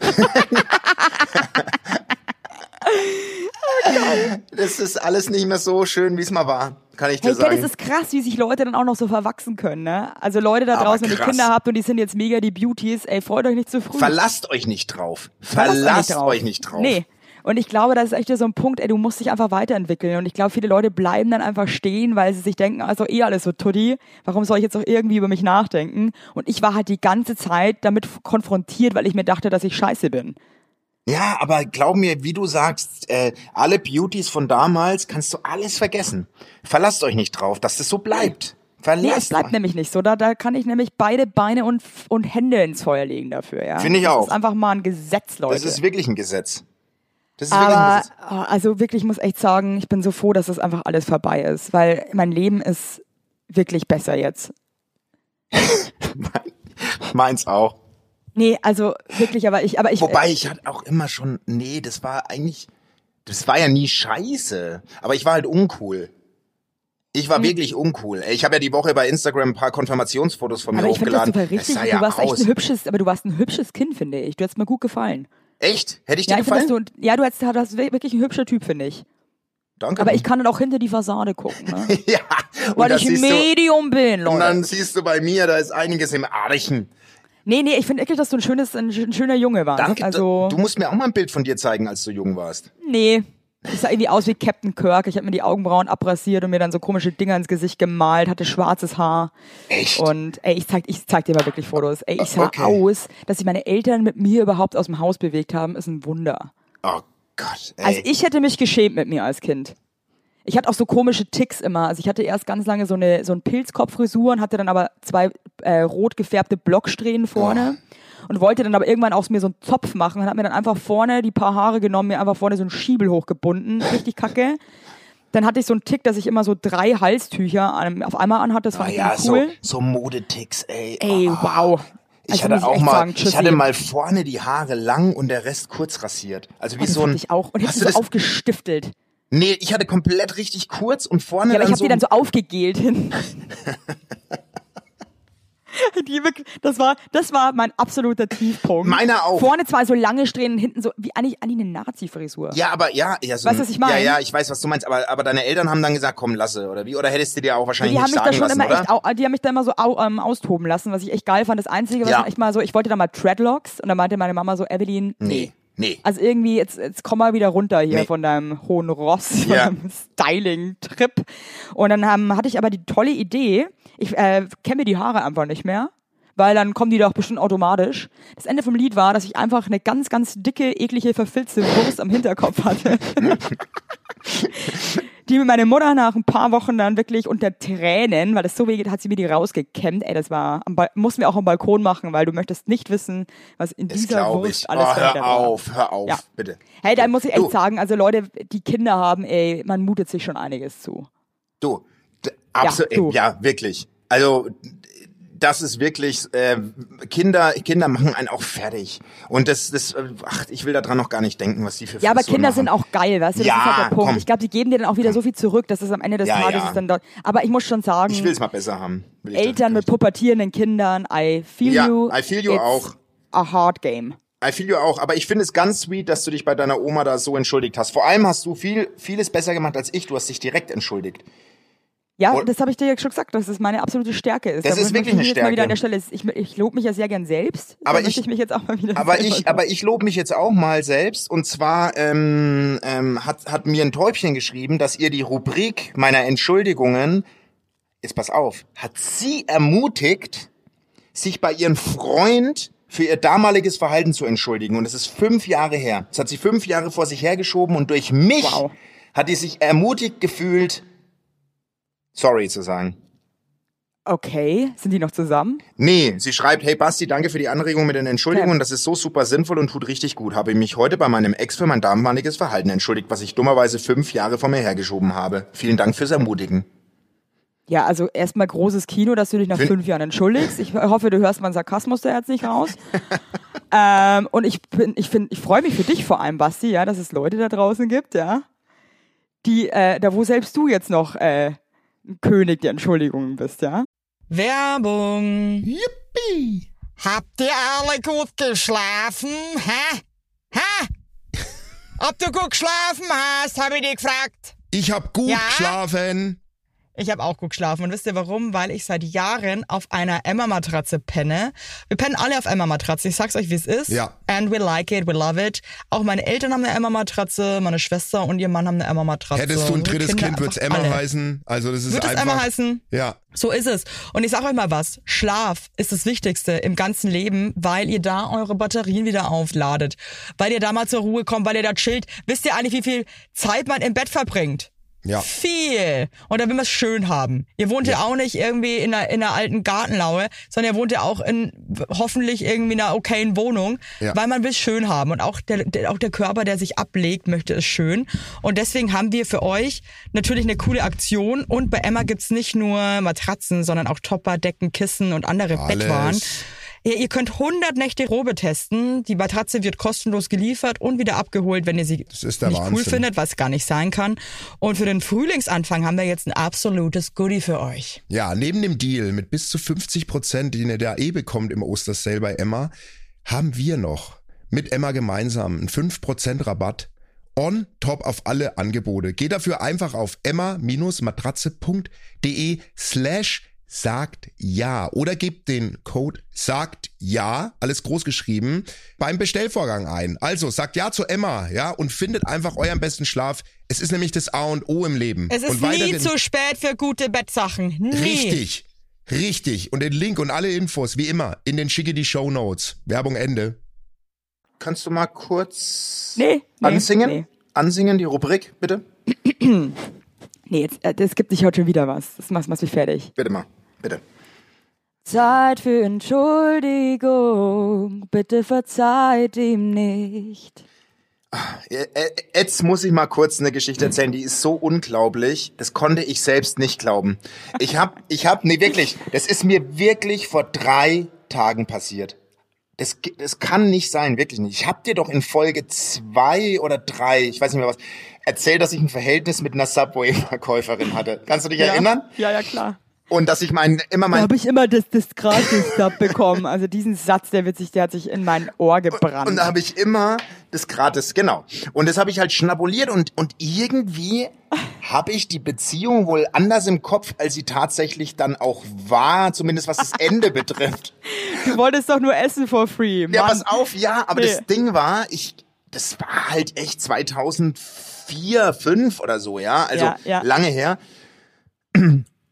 Das ist alles nicht mehr so schön, wie es mal war, kann ich dir Hey, sagen. das ist krass, wie sich Leute dann auch noch so verwachsen können, ne? Also Leute da Aber draußen, wenn ihr krass. Kinder habt und die sind jetzt mega die Beauties, ey, freut euch nicht zu früh. Verlasst euch nicht drauf. Verlasst Verlasst euch nicht drauf. Nee. Und ich glaube, das ist echt so ein Punkt, ey, du musst dich einfach weiterentwickeln. Und ich glaube, viele Leute bleiben dann einfach stehen, weil sie sich denken, also alles so tutti, warum soll ich jetzt auch irgendwie über mich nachdenken? Und ich war halt die ganze Zeit damit konfrontiert, weil ich mir dachte, dass ich scheiße bin. Ja, aber glaub mir, wie du sagst, alle Beauties von damals kannst du alles vergessen. Verlasst euch nicht drauf, dass das so bleibt. Nee, es Verlasst bleibt nämlich nicht so. Da kann ich nämlich beide Beine und Hände ins Feuer legen dafür, ja. Finde ich das auch. Das ist einfach mal ein Gesetz, Leute. Das ist wirklich ein Gesetz. Das ist wirklich ein Aber, Gesetz. also wirklich, ich muss echt sagen, ich bin so froh, dass das einfach alles vorbei ist, weil mein Leben ist wirklich besser jetzt. Meins auch. Nee, also wirklich, aber ich Wobei ich hatte auch immer schon, das war ja nie scheiße. Aber ich war halt uncool. Ich war wirklich uncool. Ich habe ja die Woche bei Instagram ein paar Konfirmationsfotos von mir aber ich finde das hochgeladen. super richtig. Es sah ja Du warst echt aus. du warst ein hübsches Kind, finde ich. Du hast mir gut gefallen. Echt? Hätte ich dir Ja, ich finde, gefallen? du hast wirklich ein hübscher Typ, finde ich. Danke. Aber ich kann dann auch hinter die Fassade gucken, ne? ja. Und Weil da ich ein siehst du- Medium bin, Leute. Und dann siehst du bei mir, da ist einiges im Archen. Nee, ich finde wirklich, dass du ein schöner Junge warst. Danke. Also, Du musst mir auch mal ein Bild von dir zeigen, als du jung warst. nee. Ich sah irgendwie aus wie Captain Kirk. Ich habe mir die Augenbrauen abrasiert und mir dann so komische Dinger ins Gesicht gemalt, hatte schwarzes Haar. Echt? Und ey, ich zeig dir mal wirklich Fotos. Ey, ich sah Okay. aus, dass sich meine Eltern mit mir überhaupt aus dem Haus bewegt haben, ist ein Wunder. Oh Gott, ey. Also ich hätte mich geschämt mit mir als Kind. Ich hatte auch so komische Ticks immer. Also ich hatte erst ganz lange so ein Pilzkopffrisur und hatte dann aber 2 rot gefärbte Blocksträhnen vorne. Und wollte dann aber irgendwann aus mir so einen Zopf machen und hab mir dann einfach vorne die paar Haare genommen, mir einfach vorne so einen Schiebel hochgebunden. Richtig kacke. Dann hatte ich so einen Tick, dass ich immer so 3 Halstücher auf einmal anhatte. Das Oh fand ich ja, irgendwie cool. so Modeticks, ey. Ey, Oh. wow. Ich Also hatte muss auch echt mal, sagen, ich tschüssi. hatte mal vorne die Haare lang und der Rest kurz rasiert. Also wie Das so ein. hatte ich auch. Und ich hab Hast die du so das? aufgestiftelt. Nee, ich hatte komplett richtig kurz und vorne Ja, aber ich dann hab so. die dann so aufgegelt hin. Das war mein absoluter Tiefpunkt. Meiner auch. Vorne 2 so lange Strähnen, hinten so, wie eigentlich eine Nazi-Frisur. Ja, aber ja, so Weißt du, was ich meine? Ja, ich weiß, was du meinst, aber deine Eltern haben dann gesagt, komm, lasse, oder wie? Oder hättest du dir auch wahrscheinlich Die haben nicht mich da sagen schon lassen, immer oder? echt, die haben mich da immer so austoben lassen, was ich echt geil fand. Das Einzige, was Ja. echt mal so, ich wollte da mal Dreadlocks und dann meinte meine Mama so, Evelyn, nee. Also irgendwie, jetzt komm mal wieder runter hier Nee. von deinem hohen Ross, von Ja. deinem Styling-Trip. Und dann hatte ich aber die tolle Idee, ich kämme die Haare einfach nicht mehr, weil dann kommen die doch bestimmt automatisch. Das Ende vom Lied war, dass ich einfach eine ganz, ganz dicke, eklige, verfilzte Wurst am Hinterkopf hatte. Die mit meiner Mutter nach ein paar Wochen dann wirklich unter Tränen, weil das so weh geht, hat sie mir die rausgekämmt. Ey, das war, mussten wir auch am Balkon machen, weil du möchtest nicht wissen, was in dieser Wurst alles war. Hör auf, ja. Bitte. Hey, da muss ich echt sagen, also Leute, die Kinder haben, ey, man mutet sich schon einiges zu. Du, absolut, ja, wirklich. Also, das ist wirklich, Kinder machen einen auch fertig. Und ich will da dran noch gar nicht denken, was die für Ja, aber Kinder machen. sind auch geil, weißt du, das ist halt der Punkt. Ich glaube, die geben dir dann auch wieder so viel zurück, dass es am Ende des Tages ist dann dort. Aber ich muss schon sagen, ich will es mal besser haben. Eltern mit pubertierenden Kindern, I feel you. I feel you auch. A hard game. I feel you auch, aber ich finde es ganz sweet, dass du dich bei deiner Oma da so entschuldigt hast. Vor allem hast du vieles besser gemacht als ich. Du hast dich direkt entschuldigt. Ja, das habe ich dir ja schon gesagt, dass das meine absolute Stärke ist. Das ist wirklich eine Stärke. Mal wieder an der Stelle. Ich lobe mich ja sehr gern selbst. Aber ich mich jetzt auch mal wieder. Aber ich lobe mich jetzt auch mal selbst. Und zwar hat mir ein Täubchen geschrieben, dass ihr die Rubrik meiner Entschuldigungen, jetzt pass auf, hat sie ermutigt, sich bei ihrem Freund für ihr damaliges Verhalten zu entschuldigen. Und das ist 5 Jahre her. Das hat sie 5 Jahre vor sich hergeschoben und durch mich hat die sich ermutigt gefühlt, sorry zu sagen. Okay, sind die noch zusammen? Nee, sie schreibt, hey Basti, danke für die Anregung mit den Entschuldigungen, das ist so super sinnvoll und tut richtig gut. Habe mich heute bei meinem Ex für mein damaliges Verhalten entschuldigt, was ich dummerweise 5 Jahre vor mir hergeschoben habe. Vielen Dank fürs Ermutigen. Ja, also erstmal großes Kino, dass du dich nach 5 Jahren entschuldigst. Ich hoffe, du hörst meinen Sarkasmus da jetzt nicht raus. Und ich freue mich für dich vor allem, Basti, ja, dass es Leute da draußen gibt, ja, die, da wo selbst du jetzt noch König der Entschuldigungen bist, ja? Werbung. Yippie! Habt ihr alle gut geschlafen? Hä? Hä? Ob du gut geschlafen hast, habe ich dich gefragt. Ich hab gut geschlafen. Ich habe auch gut geschlafen. Und wisst ihr warum? Weil ich seit Jahren auf einer Emma-Matratze penne. Wir pennen alle auf Emma-Matratze. Ich sag's euch, wie es ist. Ja. And we like it, we love it. Auch meine Eltern haben eine Emma-Matratze, meine Schwester und ihr Mann haben eine Emma-Matratze. Hättest du ein drittes Kind, wird's Emma alle heißen. Also das ist Wird einfach. es Emma heißen? Ja. So ist es. Und ich sag euch mal was. Schlaf ist das Wichtigste im ganzen Leben, weil ihr da eure Batterien wieder aufladet. Weil ihr da mal zur Ruhe kommt, weil ihr da chillt. Wisst ihr eigentlich, wie viel Zeit man im Bett verbringt? Ja. Viel. Und da will man es schön haben. Ihr wohnt ja auch nicht irgendwie in einer alten Gartenlaue, sondern ihr wohnt ja auch in hoffentlich irgendwie einer okayen Wohnung, weil man will es schön haben. Und auch der Körper, der sich ablegt, möchte es schön. Und deswegen haben wir für euch natürlich eine coole Aktion. Und bei Emma gibt's nicht nur Matratzen, sondern auch Topper, Decken, Kissen und andere Bettwaren. Ja, ihr könnt 100 Nächte Probe testen. Die Matratze wird kostenlos geliefert und wieder abgeholt, wenn ihr sie nicht cool findet, was gar nicht sein kann. Und für den Frühlingsanfang haben wir jetzt ein absolutes Goodie für euch. Ja, neben dem Deal mit bis zu 50%, den ihr da bekommt im Ostersale bei Emma, haben wir noch mit Emma gemeinsam einen 5% Rabatt on top auf alle Angebote. Geht dafür einfach auf emma-matratze.de/sagt ja oder gebt den Code sagt ja, alles groß geschrieben, beim Bestellvorgang ein. Also sagt ja zu Emma, ja, und findet einfach euren besten Schlaf. Es ist nämlich das A und O im Leben. Es ist nie zu spät für gute Bettsachen. Nie. Richtig. Und den Link und alle Infos, wie immer, in den schicke die Shownotes. Werbung Ende. Kannst du mal kurz ansingen? Nee. Ansingen, die Rubrik, bitte? Nee, das gibt nicht heute schon wieder was. Das machst mich fertig. Bitte mal, bitte. Zeit für Entschuldigung, bitte verzeiht ihm nicht. Jetzt muss ich mal kurz eine Geschichte erzählen, die ist so unglaublich, das konnte ich selbst nicht glauben. Nee, wirklich, das ist mir wirklich vor 3 Tagen passiert. Das kann nicht sein, wirklich nicht. Ich hab dir doch in Folge 2 oder 3, ich weiß nicht mehr was, erzählt, dass ich ein Verhältnis mit einer Subway-Verkäuferin hatte. Kannst du dich erinnern? Ja, klar. Und dass ich Da habe ich immer das Gratis-Sub bekommen. Also diesen Satz, der hat sich in mein Ohr gebrannt. Und da habe ich immer das Gratis, genau. Und das habe ich halt schnabuliert und irgendwie habe ich die Beziehung wohl anders im Kopf, als sie tatsächlich dann auch war, zumindest was das Ende betrifft. Du wolltest doch nur essen for free, Mann. Ja, pass auf, ja, aber das Ding war, das war halt echt 2004, 2005 oder so, ja, also lange her.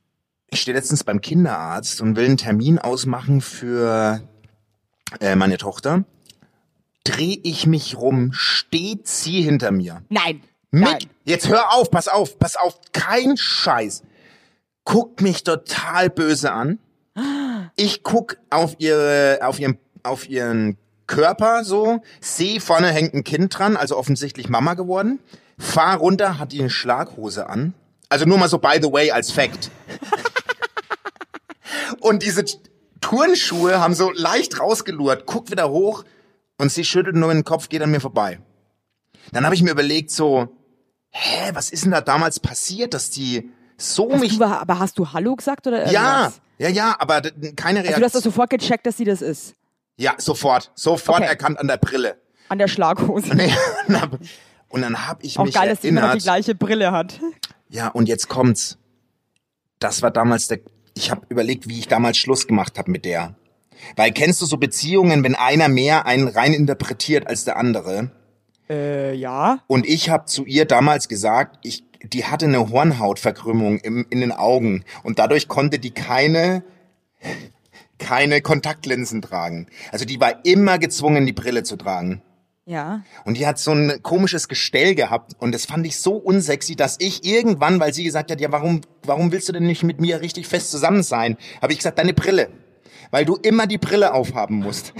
ich stehe letztens beim Kinderarzt und will einen Termin ausmachen für meine Tochter. Dreh ich mich rum, steht sie hinter mir. Nein. Jetzt hör auf, pass auf, kein Scheiß. Guckt mich total böse an. Ich guck auf ihren Körper so, sehe vorne hängt ein Kind dran, also offensichtlich Mama geworden. Fahr runter, hat die eine Schlaghose an. Also nur mal so by the way als Fact. Und diese Turnschuhe haben so leicht rausgelurrt, guckt wieder hoch und sie schüttelt nur den Kopf, geht an mir vorbei. Dann habe ich mir überlegt so, was ist denn da damals passiert, dass die so Aber hast du Hallo gesagt oder irgendwas? Ja, aber keine Reaktion. Also du hast doch sofort gecheckt, dass sie das ist. Ja, sofort okay. Erkannt an der Brille. An der Schlaghose. Nee, und dann habe ich auch mich geil, dass sie immer noch die erinnert. gleiche Brille hat. Ja, und jetzt kommt's. Das war damals ich habe überlegt, wie ich damals Schluss gemacht habe mit der. Weil kennst du so Beziehungen, wenn einer mehr einen rein interpretiert als der andere? Ja. Und ich habe zu ihr damals gesagt, die hatte eine Hornhautverkrümmung in den Augen und dadurch konnte die keine Kontaktlinsen tragen. Also die war immer gezwungen, die Brille zu tragen. Ja. Und die hat so ein komisches Gestell gehabt und das fand ich so unsexy, dass ich irgendwann, weil sie gesagt hat, ja, warum willst du denn nicht mit mir richtig fest zusammen sein? Habe ich gesagt, deine Brille. Weil du immer die Brille aufhaben musst.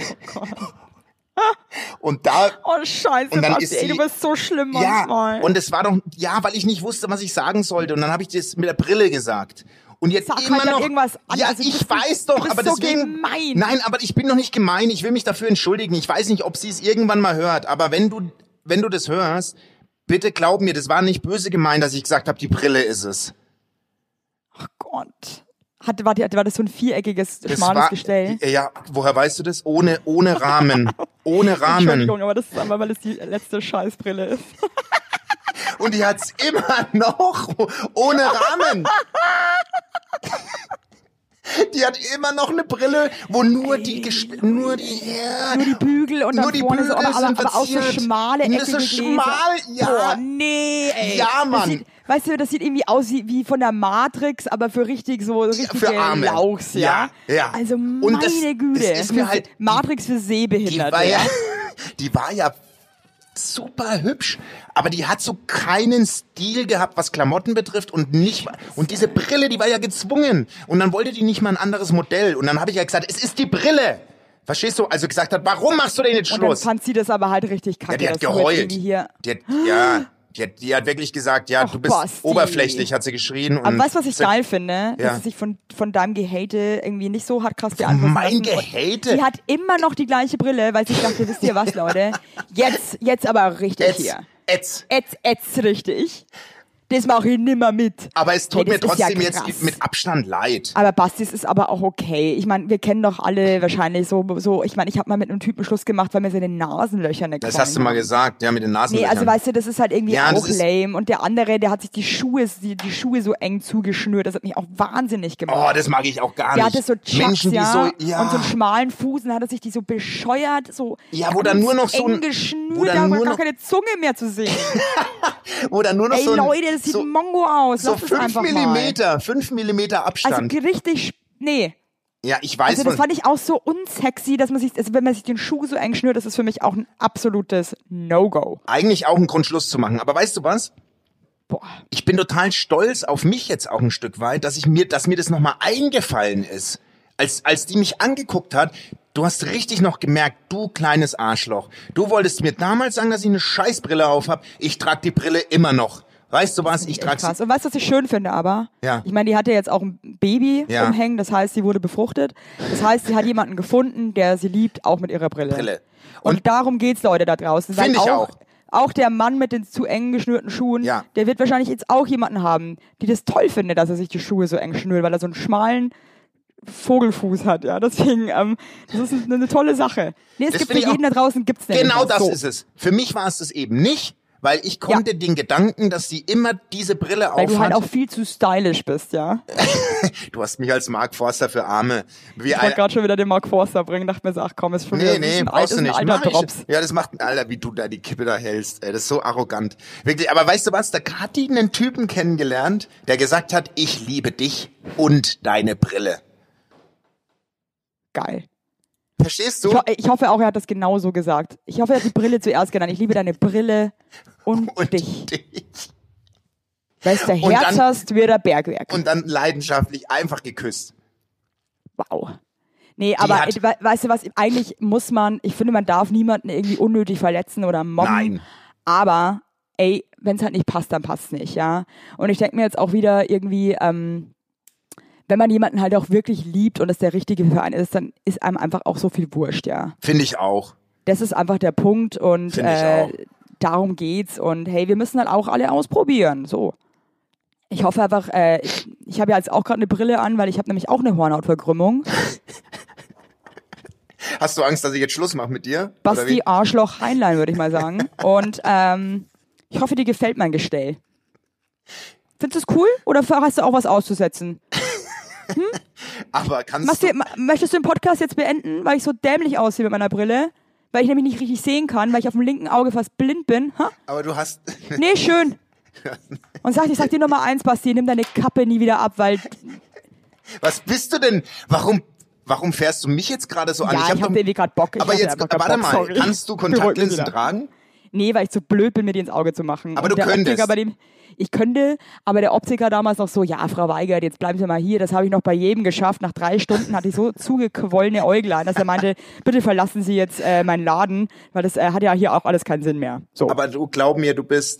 Und da... Oh Scheiße, und dann Basti, du bist so schlimm manchmal. Ja, und es war doch... Ja, weil ich nicht wusste, was ich sagen sollte. Und dann habe ich das mit der Brille gesagt. Und jetzt Sag immer halt noch... irgendwas an. Ja, Also, ich weiß doch, aber so deswegen... gemein. Nein, aber ich bin noch nicht gemein. Ich will mich dafür entschuldigen. Ich weiß nicht, ob sie es irgendwann mal hört. Aber wenn du das hörst, bitte glaub mir, das war nicht böse gemeint, dass ich gesagt habe, die Brille ist es. Ach Gott. War das so ein viereckiges, schmales Gestell? Ja, woher weißt du das? Ohne Rahmen. Ohne Rahmen. Entschuldigung, aber das ist einfach, weil es die letzte Scheißbrille ist. Und die hat's immer noch ohne Rahmen. Die hat immer noch eine Brille, wo nur die Bügel und dann vorne so, aber auch so schmale, eckige so Gläser. schmal, ja. Boah, nee, ey. Ja, Mann. Das sieht irgendwie aus wie von der Matrix, aber für richtige für Arme. Lauchs, ja? Ja. Also Und meine Güte. das ist mir halt, Matrix für Sehbehinderte. Die war ja super hübsch, aber die hat so keinen Stil gehabt, was Klamotten betrifft und diese Brille, die war ja gezwungen und dann wollte die nicht mal ein anderes Modell und dann habe ich ja gesagt, es ist die Brille. Verstehst du? Also gesagt hat, warum machst du denn jetzt Schluss? Und dann fand sie das aber halt richtig kacke. Ja, die hat geheult. Die hat wirklich gesagt, ja, du bist Basti. Oberflächlich, hat sie geschrien. Aber weißt du, was ich geil finde? Dass sie sich von deinem Gehate irgendwie nicht so hat krass beantwortet. Mein Gehate? Sie hat immer noch die gleiche Brille, weil sie dachte, wisst ihr was, Leute? Jetzt aber richtig hier. Jetzt richtig. Das mache ich nimmer mit. Aber es tut mir trotzdem ja jetzt mit Abstand leid. Aber Basti, es ist aber auch okay. Ich meine, wir kennen doch alle wahrscheinlich so. Ich meine, ich habe mal mit einem Typen Schluss gemacht, weil mir seine Nasenlöcher nicht gefallen. Das hast du mal gesagt, ja, mit den Nasenlöchern. Nee, also weißt du, das ist halt irgendwie auch lame. Und der andere, der hat sich die Schuhe so eng zugeschnürt. Das hat mich auch wahnsinnig gemacht. Oh, das mag ich auch gar nicht. Der hatte so Chucks, Menschen, die und so einen schmalen Fuß, und dann hat er sich die so bescheuert, so wo dann nur noch so eng geschnürt, da war gar keine Zunge mehr zu sehen. Wo dann nur noch Ey, Leute, das sieht Mongo aus. So 5 Millimeter Abstand. Also richtig, nee. Ja, ich weiß. Also das fand ich auch so unsexy, dass man sich, also wenn man sich den Schuh so eng schnürt, das ist für mich auch ein absolutes No-Go. Eigentlich auch ein Grund, Schluss zu machen. Aber weißt du was? Boah. Ich bin total stolz auf mich jetzt auch ein Stück weit, dass mir das nochmal eingefallen ist. Als die mich angeguckt hat, du hast richtig noch gemerkt, du kleines Arschloch. Du wolltest mir damals sagen, dass ich eine Scheißbrille auf habe. Ich trage die Brille immer noch. Weißt du was? Ich trage sie. Krass. Und weißt du, was ich schön finde aber? Ja. Ich meine, die hatte jetzt auch ein Baby umhängen, das heißt, sie wurde befruchtet. Das heißt, sie hat jemanden gefunden, der sie liebt, auch mit ihrer Brille. Und darum geht's, Leute, da draußen. Finde ich auch. Auch der Mann mit den zu eng geschnürten Schuhen, der wird wahrscheinlich jetzt auch jemanden haben, die das toll findet, dass er sich die Schuhe so eng schnürt, weil er so einen schmalen Vogelfuß hat, ja. Deswegen, das ist eine tolle Sache. Nee, es gibt für jeden da draußen, gibt's nicht. Genau das ist es. Für mich war es das eben nicht, weil ich konnte den Gedanken, dass sie immer diese Brille Weil du halt aufhat. auch viel zu stylisch bist, ja. Du hast mich als Mark Forster für Arme. Ich wollte gerade schon wieder den Mark Forster bringen, dachte mir so, ach komm, ist schon wieder Nee, ein brauchst du nicht. alter Mach ich. Drops. Ja, das macht, Alter, wie du da die Kippe da hältst. Ey, das ist so arrogant. Wirklich, aber weißt du was, da hat die einen Typen kennengelernt, der gesagt hat, ich liebe dich und deine Brille. Geil. Verstehst du? Ich hoffe auch, er hat das genauso gesagt. Ich hoffe, er hat die Brille zuerst genannt. Ich liebe deine Brille und dich. Weil es der Und Herz dann- hast, wie der Bergwerk. Und dann leidenschaftlich einfach geküsst. Wow. Nee, aber hat- weißt du was, eigentlich muss man, ich finde, man darf niemanden irgendwie unnötig verletzen oder mobben. Nein. Aber, ey, wenn es halt nicht passt, dann passt es nicht, ja. Und ich denke mir jetzt auch wieder irgendwie, wenn man jemanden halt auch wirklich liebt und es der Richtige für einen ist, dann ist einem einfach auch so viel wurscht, ja. Finde ich auch. Das ist einfach der Punkt und Finde ich auch. darum geht's. Und hey, wir müssen halt auch alle ausprobieren, so. Ich hoffe einfach, ich habe ja jetzt auch gerade eine Brille an, weil ich habe nämlich auch eine Hornhautverkrümmung. Hast du Angst, dass ich jetzt Schluss mache mit dir? Oder Basti wie? Arschloch Heinlein, würde ich mal sagen. Und ich hoffe, dir gefällt mein Gestell. Findest du es cool oder hast du auch was auszusetzen? Aber kannst du... Möchtest du den Podcast jetzt beenden, weil ich so dämlich aussehe mit meiner Brille? Weil ich nämlich nicht richtig sehen kann, weil ich auf dem linken Auge fast blind bin? Ha? Aber du hast... Nee, schön. Und ich sag dir Nummer 1, Basti, nimm deine Kappe nie wieder ab, weil Was bist du denn? Warum fährst du mich jetzt gerade so an? ja, ich hab doch- irgendwie gerade Bock. Aber jetzt, einfach warte Bock, mal, sorry. kannst du Beruhig mich Kontaktlinsen wieder. tragen? Nee, weil ich zu blöd bin, mir die ins Auge zu machen. Aber Und du der könntest. Optiker, bei dem ich könnte, aber der Optiker damals noch so, ja, Frau Weigert, jetzt bleiben Sie mal hier. Das habe ich noch bei jedem geschafft. Nach 3 Stunden hatte ich so zugequollene Äuglein, dass er meinte, bitte verlassen Sie jetzt meinen Laden, weil das hat ja hier auch alles keinen Sinn mehr. So. Aber du glaub mir,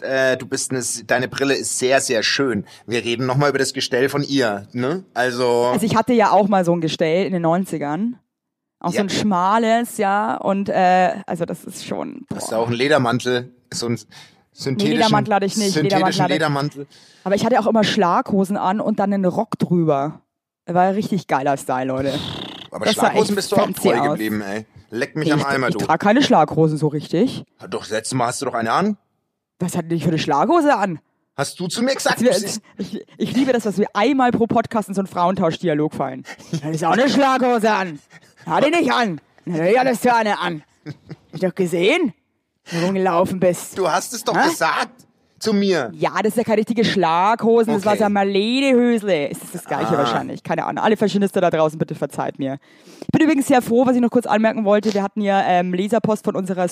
deine Brille ist sehr, sehr schön. Wir reden nochmal über das Gestell von ihr, ne? Also Ich hatte ja auch mal so ein Gestell in den 90ern. Auch so Ja. ein schmales, ja. Und also das ist schon. hast du auch einen Ledermantel, so ein synthetischen... Ledermantel hatte ich nicht, Synthetischen Ledermantel Ledermantel. Aber ich hatte auch immer Schlaghosen an und dann einen Rock drüber. War ein richtig geiler Style, Leute. Aber Das sah Schlaghosen echt bist du auch fancy treu aus. geblieben, ey. Leck mich am Eimer, Ich du. trage keine Schlaghosen so richtig. Doch, letztes Mal hast du doch eine an. Was hat ich für eine Schlaghose an? Hast du zu mir gesagt, Also, du siehst... ich liebe das, dass wir einmal pro Podcast in so einen Frauentauschdialog fallen. Das ist auch eine Schlaghose an. Hat die nicht an. Ja, alles für eine an. Hab ich doch gesehen, wo du rumgelaufen bist. Du hast es doch Hä? gesagt zu mir. Ja, das ist ja keine richtige Schlaghosen, das war Okay. so ein Marlene-Hösle. Ist das Gleiche wahrscheinlich? Keine Ahnung. Alle Faschinisten da draußen, bitte verzeiht mir. Ich bin übrigens sehr froh, was ich noch kurz anmerken wollte. Wir hatten ja Leserpost von unserer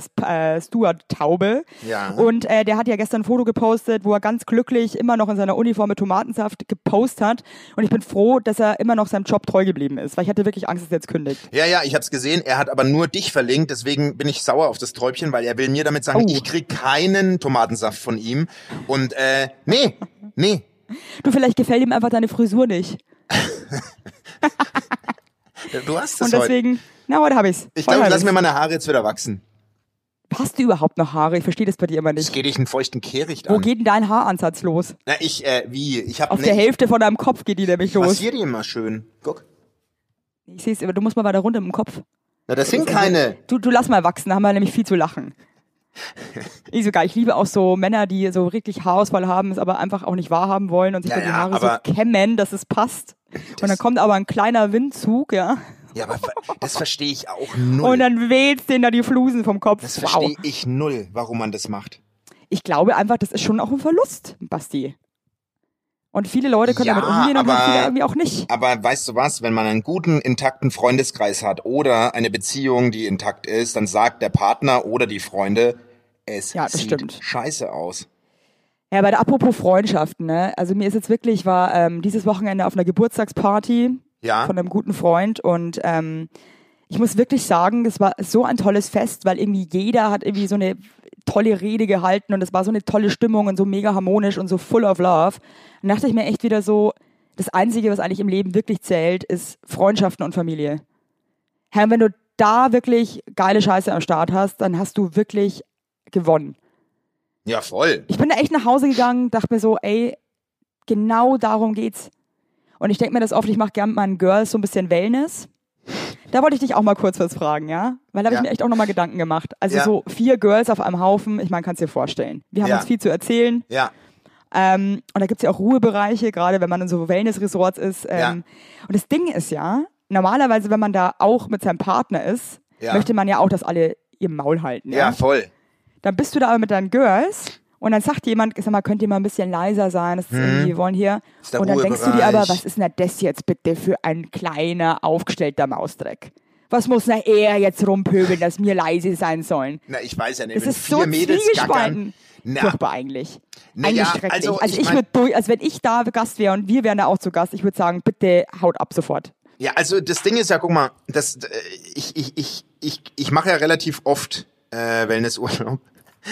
Stuart-Taube. Ja. Und der hat ja gestern ein Foto gepostet, wo er ganz glücklich immer noch in seiner Uniform mit Tomatensaft gepostet hat. Und ich bin froh, dass er immer noch seinem Job treu geblieben ist, weil ich hatte wirklich Angst, dass er jetzt kündigt. Ja, ich hab's gesehen. Er hat aber nur dich verlinkt, deswegen bin ich sauer auf das Täubchen, weil er will mir damit sagen, Oh. ich krieg keinen Tomatensaft von ihm. Und nee. Du, vielleicht gefällt ihm einfach deine Frisur nicht. Du hast Und es heute. deswegen, heute habe ich's. Ich glaube, ich lasse mir meine Haare jetzt wieder wachsen. Hast du überhaupt noch Haare? Ich verstehe das bei dir immer Es nicht. geht dich einen feuchten Kehricht Wo an. geht denn dein Haaransatz los? Na, ich hab Auf der Hälfte von deinem Kopf geht die nämlich los. Massier die immer schön. Guck. Ich sehe es, aber du musst mal weiter runter im Kopf. Na, das sind keine. Du lass mal wachsen, da haben wir nämlich viel zu lachen. Ich sogar, ich liebe auch so Männer, die so wirklich Haarausfall haben, es aber einfach auch nicht wahrhaben wollen und sich dann die Haare aber- so kämmen, dass es passt. Und dann kommt aber ein kleiner Windzug, ja. Ja, aber das verstehe ich auch null. Und dann weht's denen da die Flusen vom Kopf. Das Wow. verstehe ich null, warum man das macht. Ich glaube einfach, das ist schon auch ein Verlust, Basti. Und viele Leute können Ja, damit umgehen und halt aber- viele irgendwie auch nicht. Aber weißt du was, wenn man einen guten, intakten Freundeskreis hat oder eine Beziehung, die intakt ist, dann sagt der Partner oder die Freunde, es Ja, das sieht stimmt. scheiße aus. Ja, aber apropos Freundschaften, ne? Also mir ist jetzt wirklich, ich war dieses Wochenende auf einer Geburtstagsparty Ja? von einem guten Freund und ich muss wirklich sagen, es war so ein tolles Fest, weil irgendwie jeder hat irgendwie so eine tolle Rede gehalten und es war so eine tolle Stimmung und so mega harmonisch und so full of love. Und dachte ich mir echt wieder so, das Einzige, was eigentlich im Leben wirklich zählt, ist Freundschaften und Familie. Herr, wenn du da wirklich geile Scheiße am Start hast, dann hast du wirklich gewonnen. Ja, voll. Ich bin da echt nach Hause gegangen, dachte mir so, ey, genau darum geht's. Und ich denke mir das oft, ich mache gern mit meinen Girls so ein bisschen Wellness. Da wollte ich dich auch mal kurz was fragen, ja? Weil da habe ich mir echt auch nochmal Gedanken gemacht. Also so 4 Girls auf einem Haufen, ich meine, kannst dir vorstellen. Wir haben uns viel zu erzählen. Ja. Und da gibt's ja auch Ruhebereiche, gerade wenn man in so Wellness-Resorts ist. Und das Ding ist ja, normalerweise, wenn man da auch mit seinem Partner ist, möchte man ja auch, dass alle ihr Maul halten. Ja, voll. Dann bist du da aber mit deinen Girls und dann sagt jemand, sag mal, könnt ihr mal ein bisschen leiser sein, das ist irgendwie, wir wollen hier. Und dann denkst du dir aber, was ist denn das jetzt bitte für ein kleiner, aufgestellter Mausdreck? Was muss denn er jetzt rumpöbeln, dass wir leise sein sollen? Na, ich weiß ja nicht, das wenn ist 4 so Mädels gackern. Furchtbar eigentlich. Na Eigentlich ja, schrecklich. also Also ich würde also wenn ich da Gast wäre und wir wären da auch zu Gast, ich würde sagen, bitte haut ab sofort. Ja, also das Ding ist ja, guck mal, ich mache ja relativ oft Wellnessurlaub.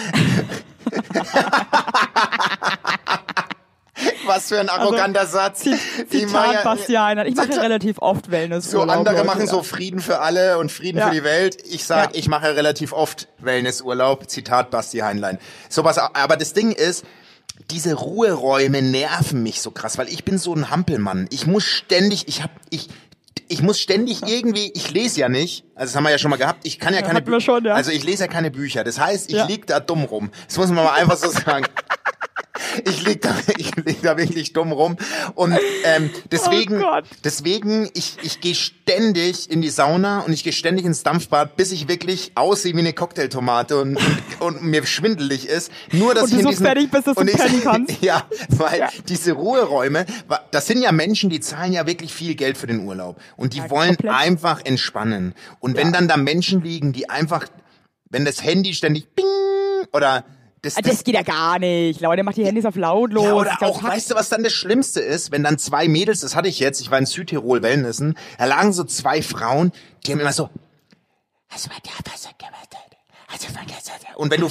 Was für ein arroganter Satz. Zitat Bastian, ich mache relativ oft Wellnessurlaub. So andere Leute, machen so Frieden für alle und Frieden für die Welt. Ich sag, ich mache relativ oft Wellnessurlaub. Zitat Basti Heinlein. Sowas, aber das Ding ist, diese Ruheräume nerven mich so krass, weil ich bin so ein Hampelmann. Ich muss ständig irgendwie, ich lese ja nicht, also das haben wir ja schon mal gehabt, ich kann ja keine Bücher, also ich lese ja keine Bücher, das heißt, ich lieg da dumm rum. Das muss man mal einfach so sagen. Ich lieg da wirklich dumm rum und deswegen, ich gehe ständig in die Sauna und ich gehe ständig ins Dampfbad, bis ich wirklich aussehe wie eine Cocktailtomate und mir schwindelig ist. Nur dass und ich du in so fertig bist, dass du pennen kannst. Ja, weil diese Ruheräume, das sind ja Menschen, die zahlen ja wirklich viel Geld für den Urlaub und die wollen komplett einfach entspannen. Und wenn dann da Menschen liegen, die einfach, wenn das Handy ständig bing oder das geht ja gar nicht. Leute, macht die Handys auf lautlos. Ja, oder auch, weißt du, was dann das Schlimmste ist? Wenn dann 2 Mädels, das hatte ich jetzt, ich war in Südtirol Wellnessen, da lagen so 2 Frauen, die haben immer so, und wenn du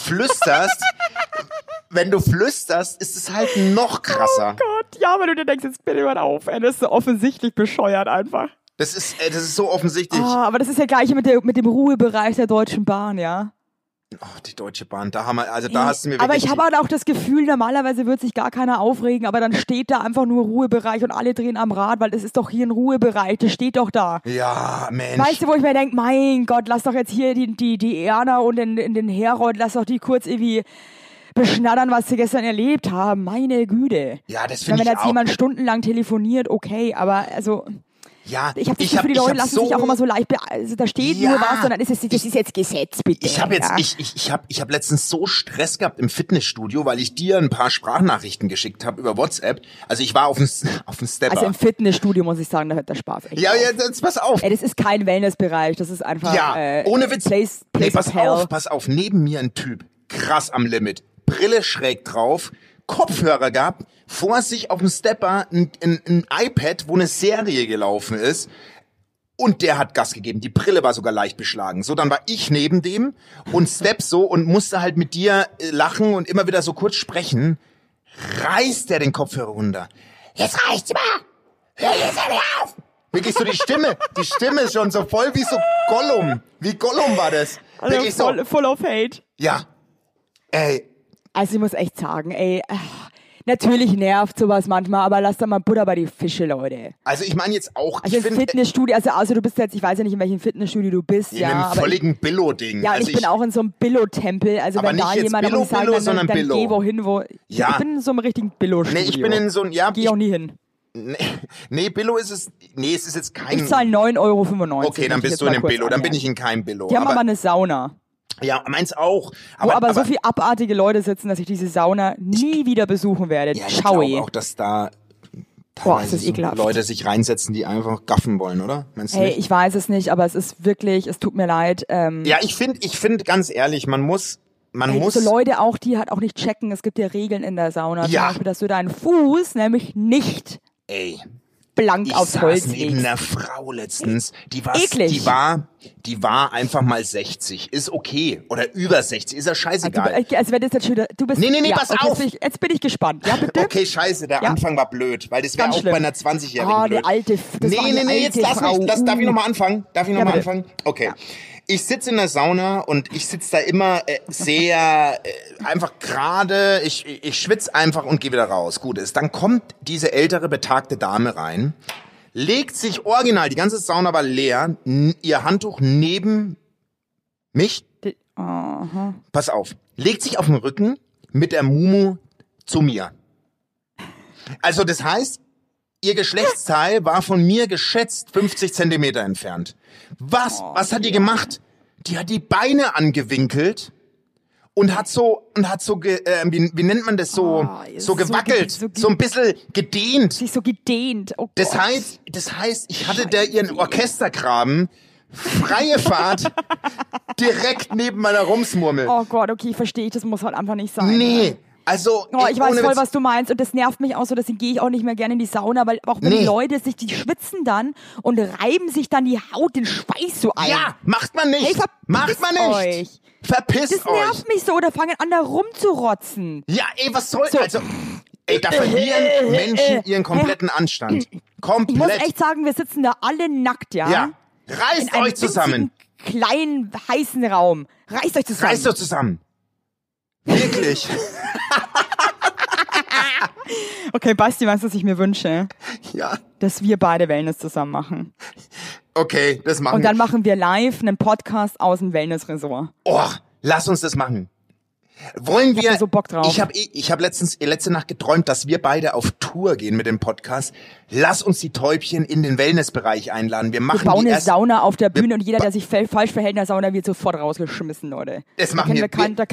flüsterst, ist es halt noch krasser. Oh Gott, ja, wenn du dir denkst, jetzt bitte hör auf, ey, das ist so offensichtlich bescheuert einfach. Das ist so offensichtlich. Aber das ist ja gleich mit dem Ruhebereich der Deutschen Bahn, ja. Oh, die Deutsche Bahn, da hast du mir wirklich... Aber ich habe halt auch das Gefühl, normalerweise wird sich gar keiner aufregen, aber dann steht da einfach nur Ruhebereich und alle drehen am Rad, weil das ist doch hier ein Ruhebereich, das steht doch da. Ja, Mensch. Weißt du, wo ich mir denke, mein Gott, lass doch jetzt hier die Erna und in den Herold, lass doch die kurz irgendwie beschnattern, was sie gestern erlebt haben. Meine Güte. Ja, das finde ich auch. Wenn jetzt jemand stundenlang telefoniert, okay, aber also... Ja, ich habe das Gefühl, die Leute lassen sich auch immer so leicht, also da steht nur was und dann ist das ist jetzt Gesetz, bitte. Ich habe letztens so Stress gehabt im Fitnessstudio, weil ich dir ein paar Sprachnachrichten geschickt habe über WhatsApp. Also ich war auf dem Stepper. Also im Fitnessstudio muss ich sagen, da hört der Spaß echt auf. Jetzt pass auf. Ey, das ist kein Wellnessbereich, das ist einfach ohne Witz. Place Pass auf, neben mir ein Typ, krass am Limit, Brille schräg drauf, Kopfhörer gehabt, vor sich auf dem Stepper ein iPad, wo eine Serie gelaufen ist und der hat Gas gegeben. Die Brille war sogar leicht beschlagen. So, dann war ich neben dem und Step so und musste halt mit dir lachen und immer wieder so kurz sprechen. Reißt der den Kopfhörer runter. Jetzt reicht's mal! Hör jetzt auf! Wirklich so die Stimme ist schon so voll wie so Gollum. Wie Gollum war das. Also wirklich voll of hate. Ja. Ey. Also ich muss echt sagen, natürlich nervt sowas manchmal, aber lass da mal Butter bei die Fische, Leute. Also ich meine jetzt auch, also im Fitnessstudio, also du bist jetzt, ich weiß ja nicht, in welchem Fitnessstudio du bist, in einem völligen Billo-Ding. Ja, also ich bin auch in so einem Billo-Tempel, also wenn da jemand muss sagen, dann geh wohin, wo... Ja. Ich bin in so einem richtigen Billo-Studio. Nee, ich bin in so einem... Ja, geh auch nie hin. Nee, Billo ist es... Nee, es ist jetzt kein... Ich zahle 9,95 €. Okay, dann bist du in einem Billo, dann bin ich in keinem Billo. Die haben aber eine Sauna. Ja, meins auch. Aber so viele abartige Leute sitzen, dass ich diese Sauna nie wieder besuchen werde. Ja, ich glaube auch, dass da teilweise ist ekelhaft. Leute sich reinsetzen, die einfach gaffen wollen, oder? Meinst du nicht? Ich weiß es nicht, aber es ist wirklich, es tut mir leid. Ja, ich finde ganz ehrlich, man muss so Leute auch, die halt auch nicht checken, es gibt ja Regeln in der Sauna. Zum Beispiel, dass du deinen Fuß nämlich nicht blank aufs Holz legst. Neben einer Frau letztens, die war einfach mal 60, ist okay, oder über 60, ist ja scheißegal. Also wenn das jetzt schon, du bist... Nee, pass auf. Jetzt bin ich gespannt, ja bitte? Okay, scheiße, der Anfang war blöd, weil das wäre auch bei einer 20-Jährigen blöd. Die alte, nee, jetzt lass mich, darf ich nochmal anfangen? Okay. Ja. Ich sitze in der Sauna und ich sitze da immer sehr einfach gerade, ich schwitze einfach und gehe wieder raus. Gut ist. Dann kommt diese ältere, betagte Dame rein, legt sich original, die ganze Sauna war leer, ihr Handtuch neben mich, pass auf, legt sich auf den Rücken mit der Mumu zu mir. Also das heißt, ihr Geschlechtsteil war von mir geschätzt 50 Zentimeter entfernt. Was hat die gemacht? Die hat die Beine angewinkelt und hat so, wie nennt man das, so gewackelt, so ein bisschen gedehnt. Sich so gedehnt, oh Gott. Das heißt, ich hatte da ihren Orchestergraben, freie Fahrt, direkt neben meiner Rumsmurmel. Oh Gott, okay, verstehe ich, das muss halt einfach nicht sein. Nee. Also, ich weiß voll, was du meinst und das nervt mich auch so, deswegen gehe ich auch nicht mehr gerne in die Sauna, weil auch wenn die Leute die schwitzen dann und reiben sich dann die Haut, den Schweiß so ein. Ja, macht man nicht. Hey, macht man nicht. Euch. Verpisst euch. Das nervt mich so, oder fangen an da rumzurotzen. Ja, was soll, also, da verlieren Menschen ihren kompletten Anstand. Komplett. Ich muss echt sagen, wir sitzen da alle nackt, ja? Ja, reißt euch zusammen. In einem kleinen, heißen Raum. Reißt euch zusammen. Reißt euch zusammen. Wirklich. Okay, Basti, weißt du, was ich mir wünsche? Ja. Dass wir beide Wellness zusammen machen. Okay, das machen wir. Und dann machen wir live einen Podcast aus dem Wellness-Resort. Oh, lass uns das machen. Wollen wir? Ich hab da so Bock drauf. Ich hab letzte Nacht geträumt, dass wir beide auf Tour gehen mit dem Podcast. Lass uns die Täubchen in den Wellnessbereich einladen. Wir bauen eine Sauna auf der Bühne und jeder, der sich falsch verhält in der Sauna, wird sofort rausgeschmissen, Leute. Das machen wir.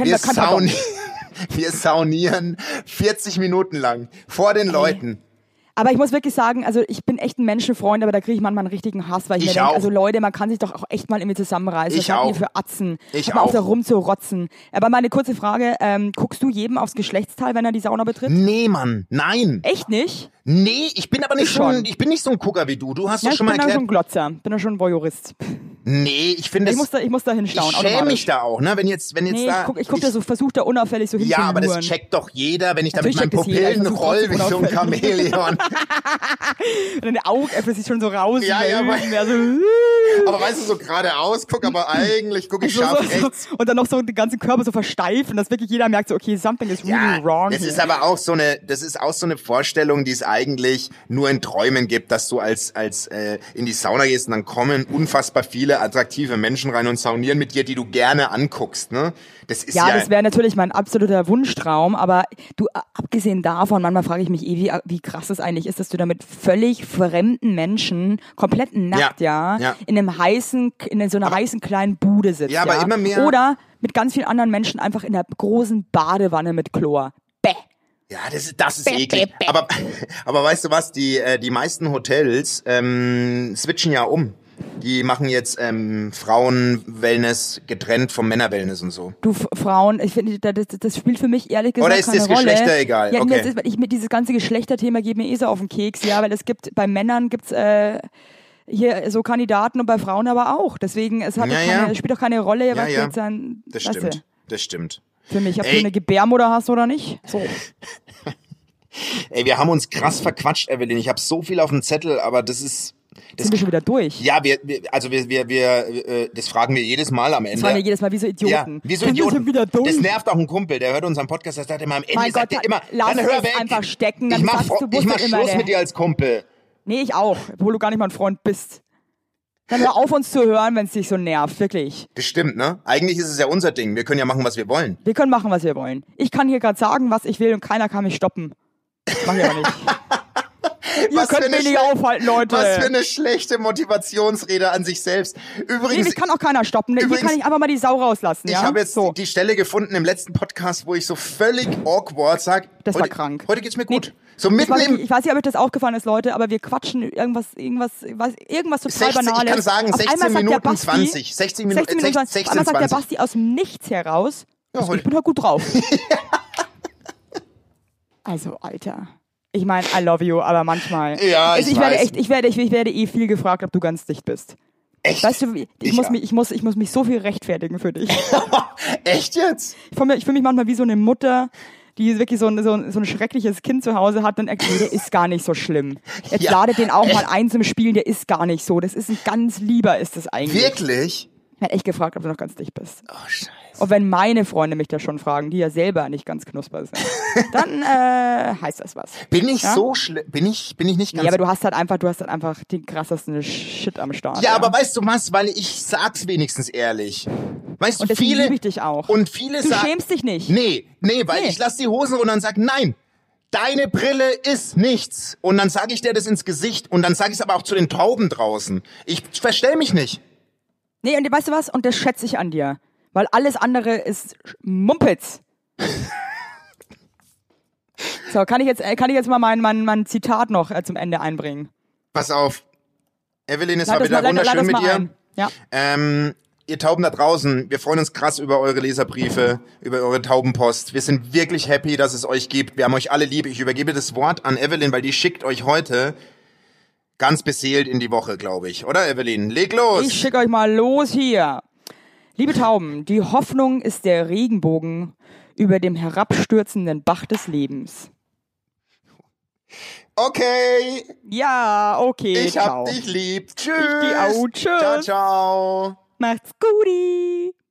Wir saunieren 40 Minuten lang vor den Leuten. Aber ich muss wirklich sagen, also ich bin echt ein Menschenfreund, aber da kriege ich manchmal einen richtigen Hass, weil ich mir denke, also Leute, man kann sich doch auch echt mal irgendwie zusammenreißen. Ich auch. Ihr für Atzen. Ich auch. Auf da auch. rumzurotzen. Aber meine kurze Frage, guckst du jedem aufs Geschlechtsteil, wenn er die Sauna betritt? Nee, Mann, nein. Echt nicht? Nee, ich bin aber nicht ich bin nicht so ein Gucker wie du. Du hast doch schon mal erklärt. Ich bin da schon ein Glotzer, bin da schon ein Voyeurist. Nee, ich finde ich muss da hinschauen. Ich schäme mich da auch, ne? Wenn jetzt da. Ich guck da so, versuch da unauffällig so Ja, aber das checkt doch jeder, wenn ich da mit meinen Pupillen roll wie so ein Chamäleon. Und deine Augäpfel sich schon so raus. Ja, aber weißt du, so geradeaus, aber eigentlich gucke ich scharf rechts. Und dann noch so den ganzen Körper so versteifen, dass wirklich jeder merkt so, okay, something is really wrong. Das ist aber auch so eine Vorstellung, die es eigentlich nur in Träumen gibt, dass du als in die Sauna gehst und dann kommen unfassbar viele attraktive Menschen rein und saunieren mit dir, die du gerne anguckst, ne? Das ist das wäre natürlich mein absoluter Wunschtraum, aber du, abgesehen davon, manchmal frage ich mich wie krass es eigentlich ist, dass du da mit völlig fremden Menschen, komplett nackt, in so einer heißen kleinen Bude sitzt. Ja, aber immer mehr. Oder mit ganz vielen anderen Menschen einfach in der großen Badewanne mit Chlor. Bäh. Ja, das ist eklig. Aber weißt du was, die meisten Hotels switchen ja um. Die machen jetzt Frauen-Wellness getrennt vom Männer-Wellness und so. Du, Frauen, ich finde, das spielt für mich ehrlich gesagt keine Rolle. Oder ist das Geschlechter egal? Ja, okay. Dieses ganze Geschlechterthema geht mir so auf den Keks, weil es gibt, bei Männern gibt's hier so Kandidaten und bei Frauen aber auch. Deswegen, es spielt doch keine Rolle, was jetzt sein. Das stimmt. Für mich, ob du eine Gebärmutter hast oder nicht. So. Ey, wir haben uns krass verquatscht, Evelyn. Ich habe so viel auf dem Zettel, aber sind wir schon wieder durch? Ja, das fragen wir jedes Mal am Ende. Das fragen wir jedes Mal wie so Idioten. Ja, wie so Idioten. Wir sind wieder durch. Das nervt auch einen Kumpel, der hört unseren Podcast, der sagt immer am Ende, mein Gott, lass es einfach stecken. Dann ich mach Schluss mit dir als Kumpel. Nee, ich auch, obwohl du gar nicht mein Freund bist. Dann hör auf, uns zu hören, wenn es dich so nervt, wirklich. Das stimmt, ne? Eigentlich ist es ja unser Ding. Wir können ja machen, was wir wollen. Wir können machen, was wir wollen. Ich kann hier gerade sagen, was ich will und keiner kann mich stoppen. Mach ich aber nicht. Ihr könnt mich nicht aufhalten, Leute. Was für eine schlechte Motivationsrede an sich selbst. Übrigens, mich kann auch keiner stoppen. Hier kann ich einfach mal die Sau rauslassen. Ich habe jetzt die Stelle gefunden im letzten Podcast, wo ich so völlig awkward sage, das war krank. Heute geht's mir gut. Nee, so mitten ich weiß nicht, ob euch das aufgefallen ist, Leute, aber wir quatschen irgendwas total Banales. Ich kann sagen, 16 Minuten 20. 16 Minuten 20. Einmal sagt der Basti aus dem Nichts heraus, ich bin halt gut drauf. Also, Alter. Ich meine, I love you, aber manchmal. Ja, ich werde viel gefragt, ob du ganz dicht bist. Echt? Weißt du, ich muss mich so viel rechtfertigen für dich. Echt jetzt? Ich fühle mich manchmal wie so eine Mutter, die wirklich so ein schreckliches Kind zu Hause hat und erklärt, der ist gar nicht so schlimm. Jetzt ladet den auch mal ein zum Spielen, der ist gar nicht so. Das ist ein ganz lieber, ist das eigentlich. Wirklich? Ich hätte echt gefragt, ob du noch ganz dicht bist. Oh, scheiße. Und wenn meine Freunde mich das schon fragen, die ja selber nicht ganz knusper sind, dann heißt das was. Bin ich Ja? so schlimm? Bin ich nicht ganz... Ja, aber du hast halt einfach den krassesten Shit am Start. Ja, aber weißt du was? Weil ich sag's wenigstens ehrlich. Weißt Und du, deswegen viele... liebe ich dich auch. Und viele Du sagen... schämst dich nicht. Nee, weil Nee. ich lass die Hosen runter und sag, nein, deine Brille ist nichts. Und dann sage ich dir das ins Gesicht und dann sage ich es aber auch zu den Tauben draußen. Ich verstell mich nicht. Nee, und weißt du was? Und das schätze ich an dir. Weil alles andere ist Mumpitz. So, kann ich jetzt mal mein Zitat noch zum Ende einbringen? Pass auf. Evelyn, es war Lad das wieder mal wunderschön mit dir. ein. Ja. Ihr Tauben da draußen, wir freuen uns krass über eure Leserbriefe, über eure Taubenpost. Wir sind wirklich happy, dass es euch gibt. Wir haben euch alle lieb. Ich übergebe das Wort an Evelyn, weil die schickt euch heute ganz beseelt in die Woche, glaube ich. Oder, Evelyn? Leg los! Ich schicke euch mal los hier. Liebe Tauben, die Hoffnung ist der Regenbogen über dem herabstürzenden Bach des Lebens. Okay, Ja, okay, ich ciao. hab dich lieb. Tschüss. Ich die auch. Tschüss. Ciao, ciao. Macht's gut.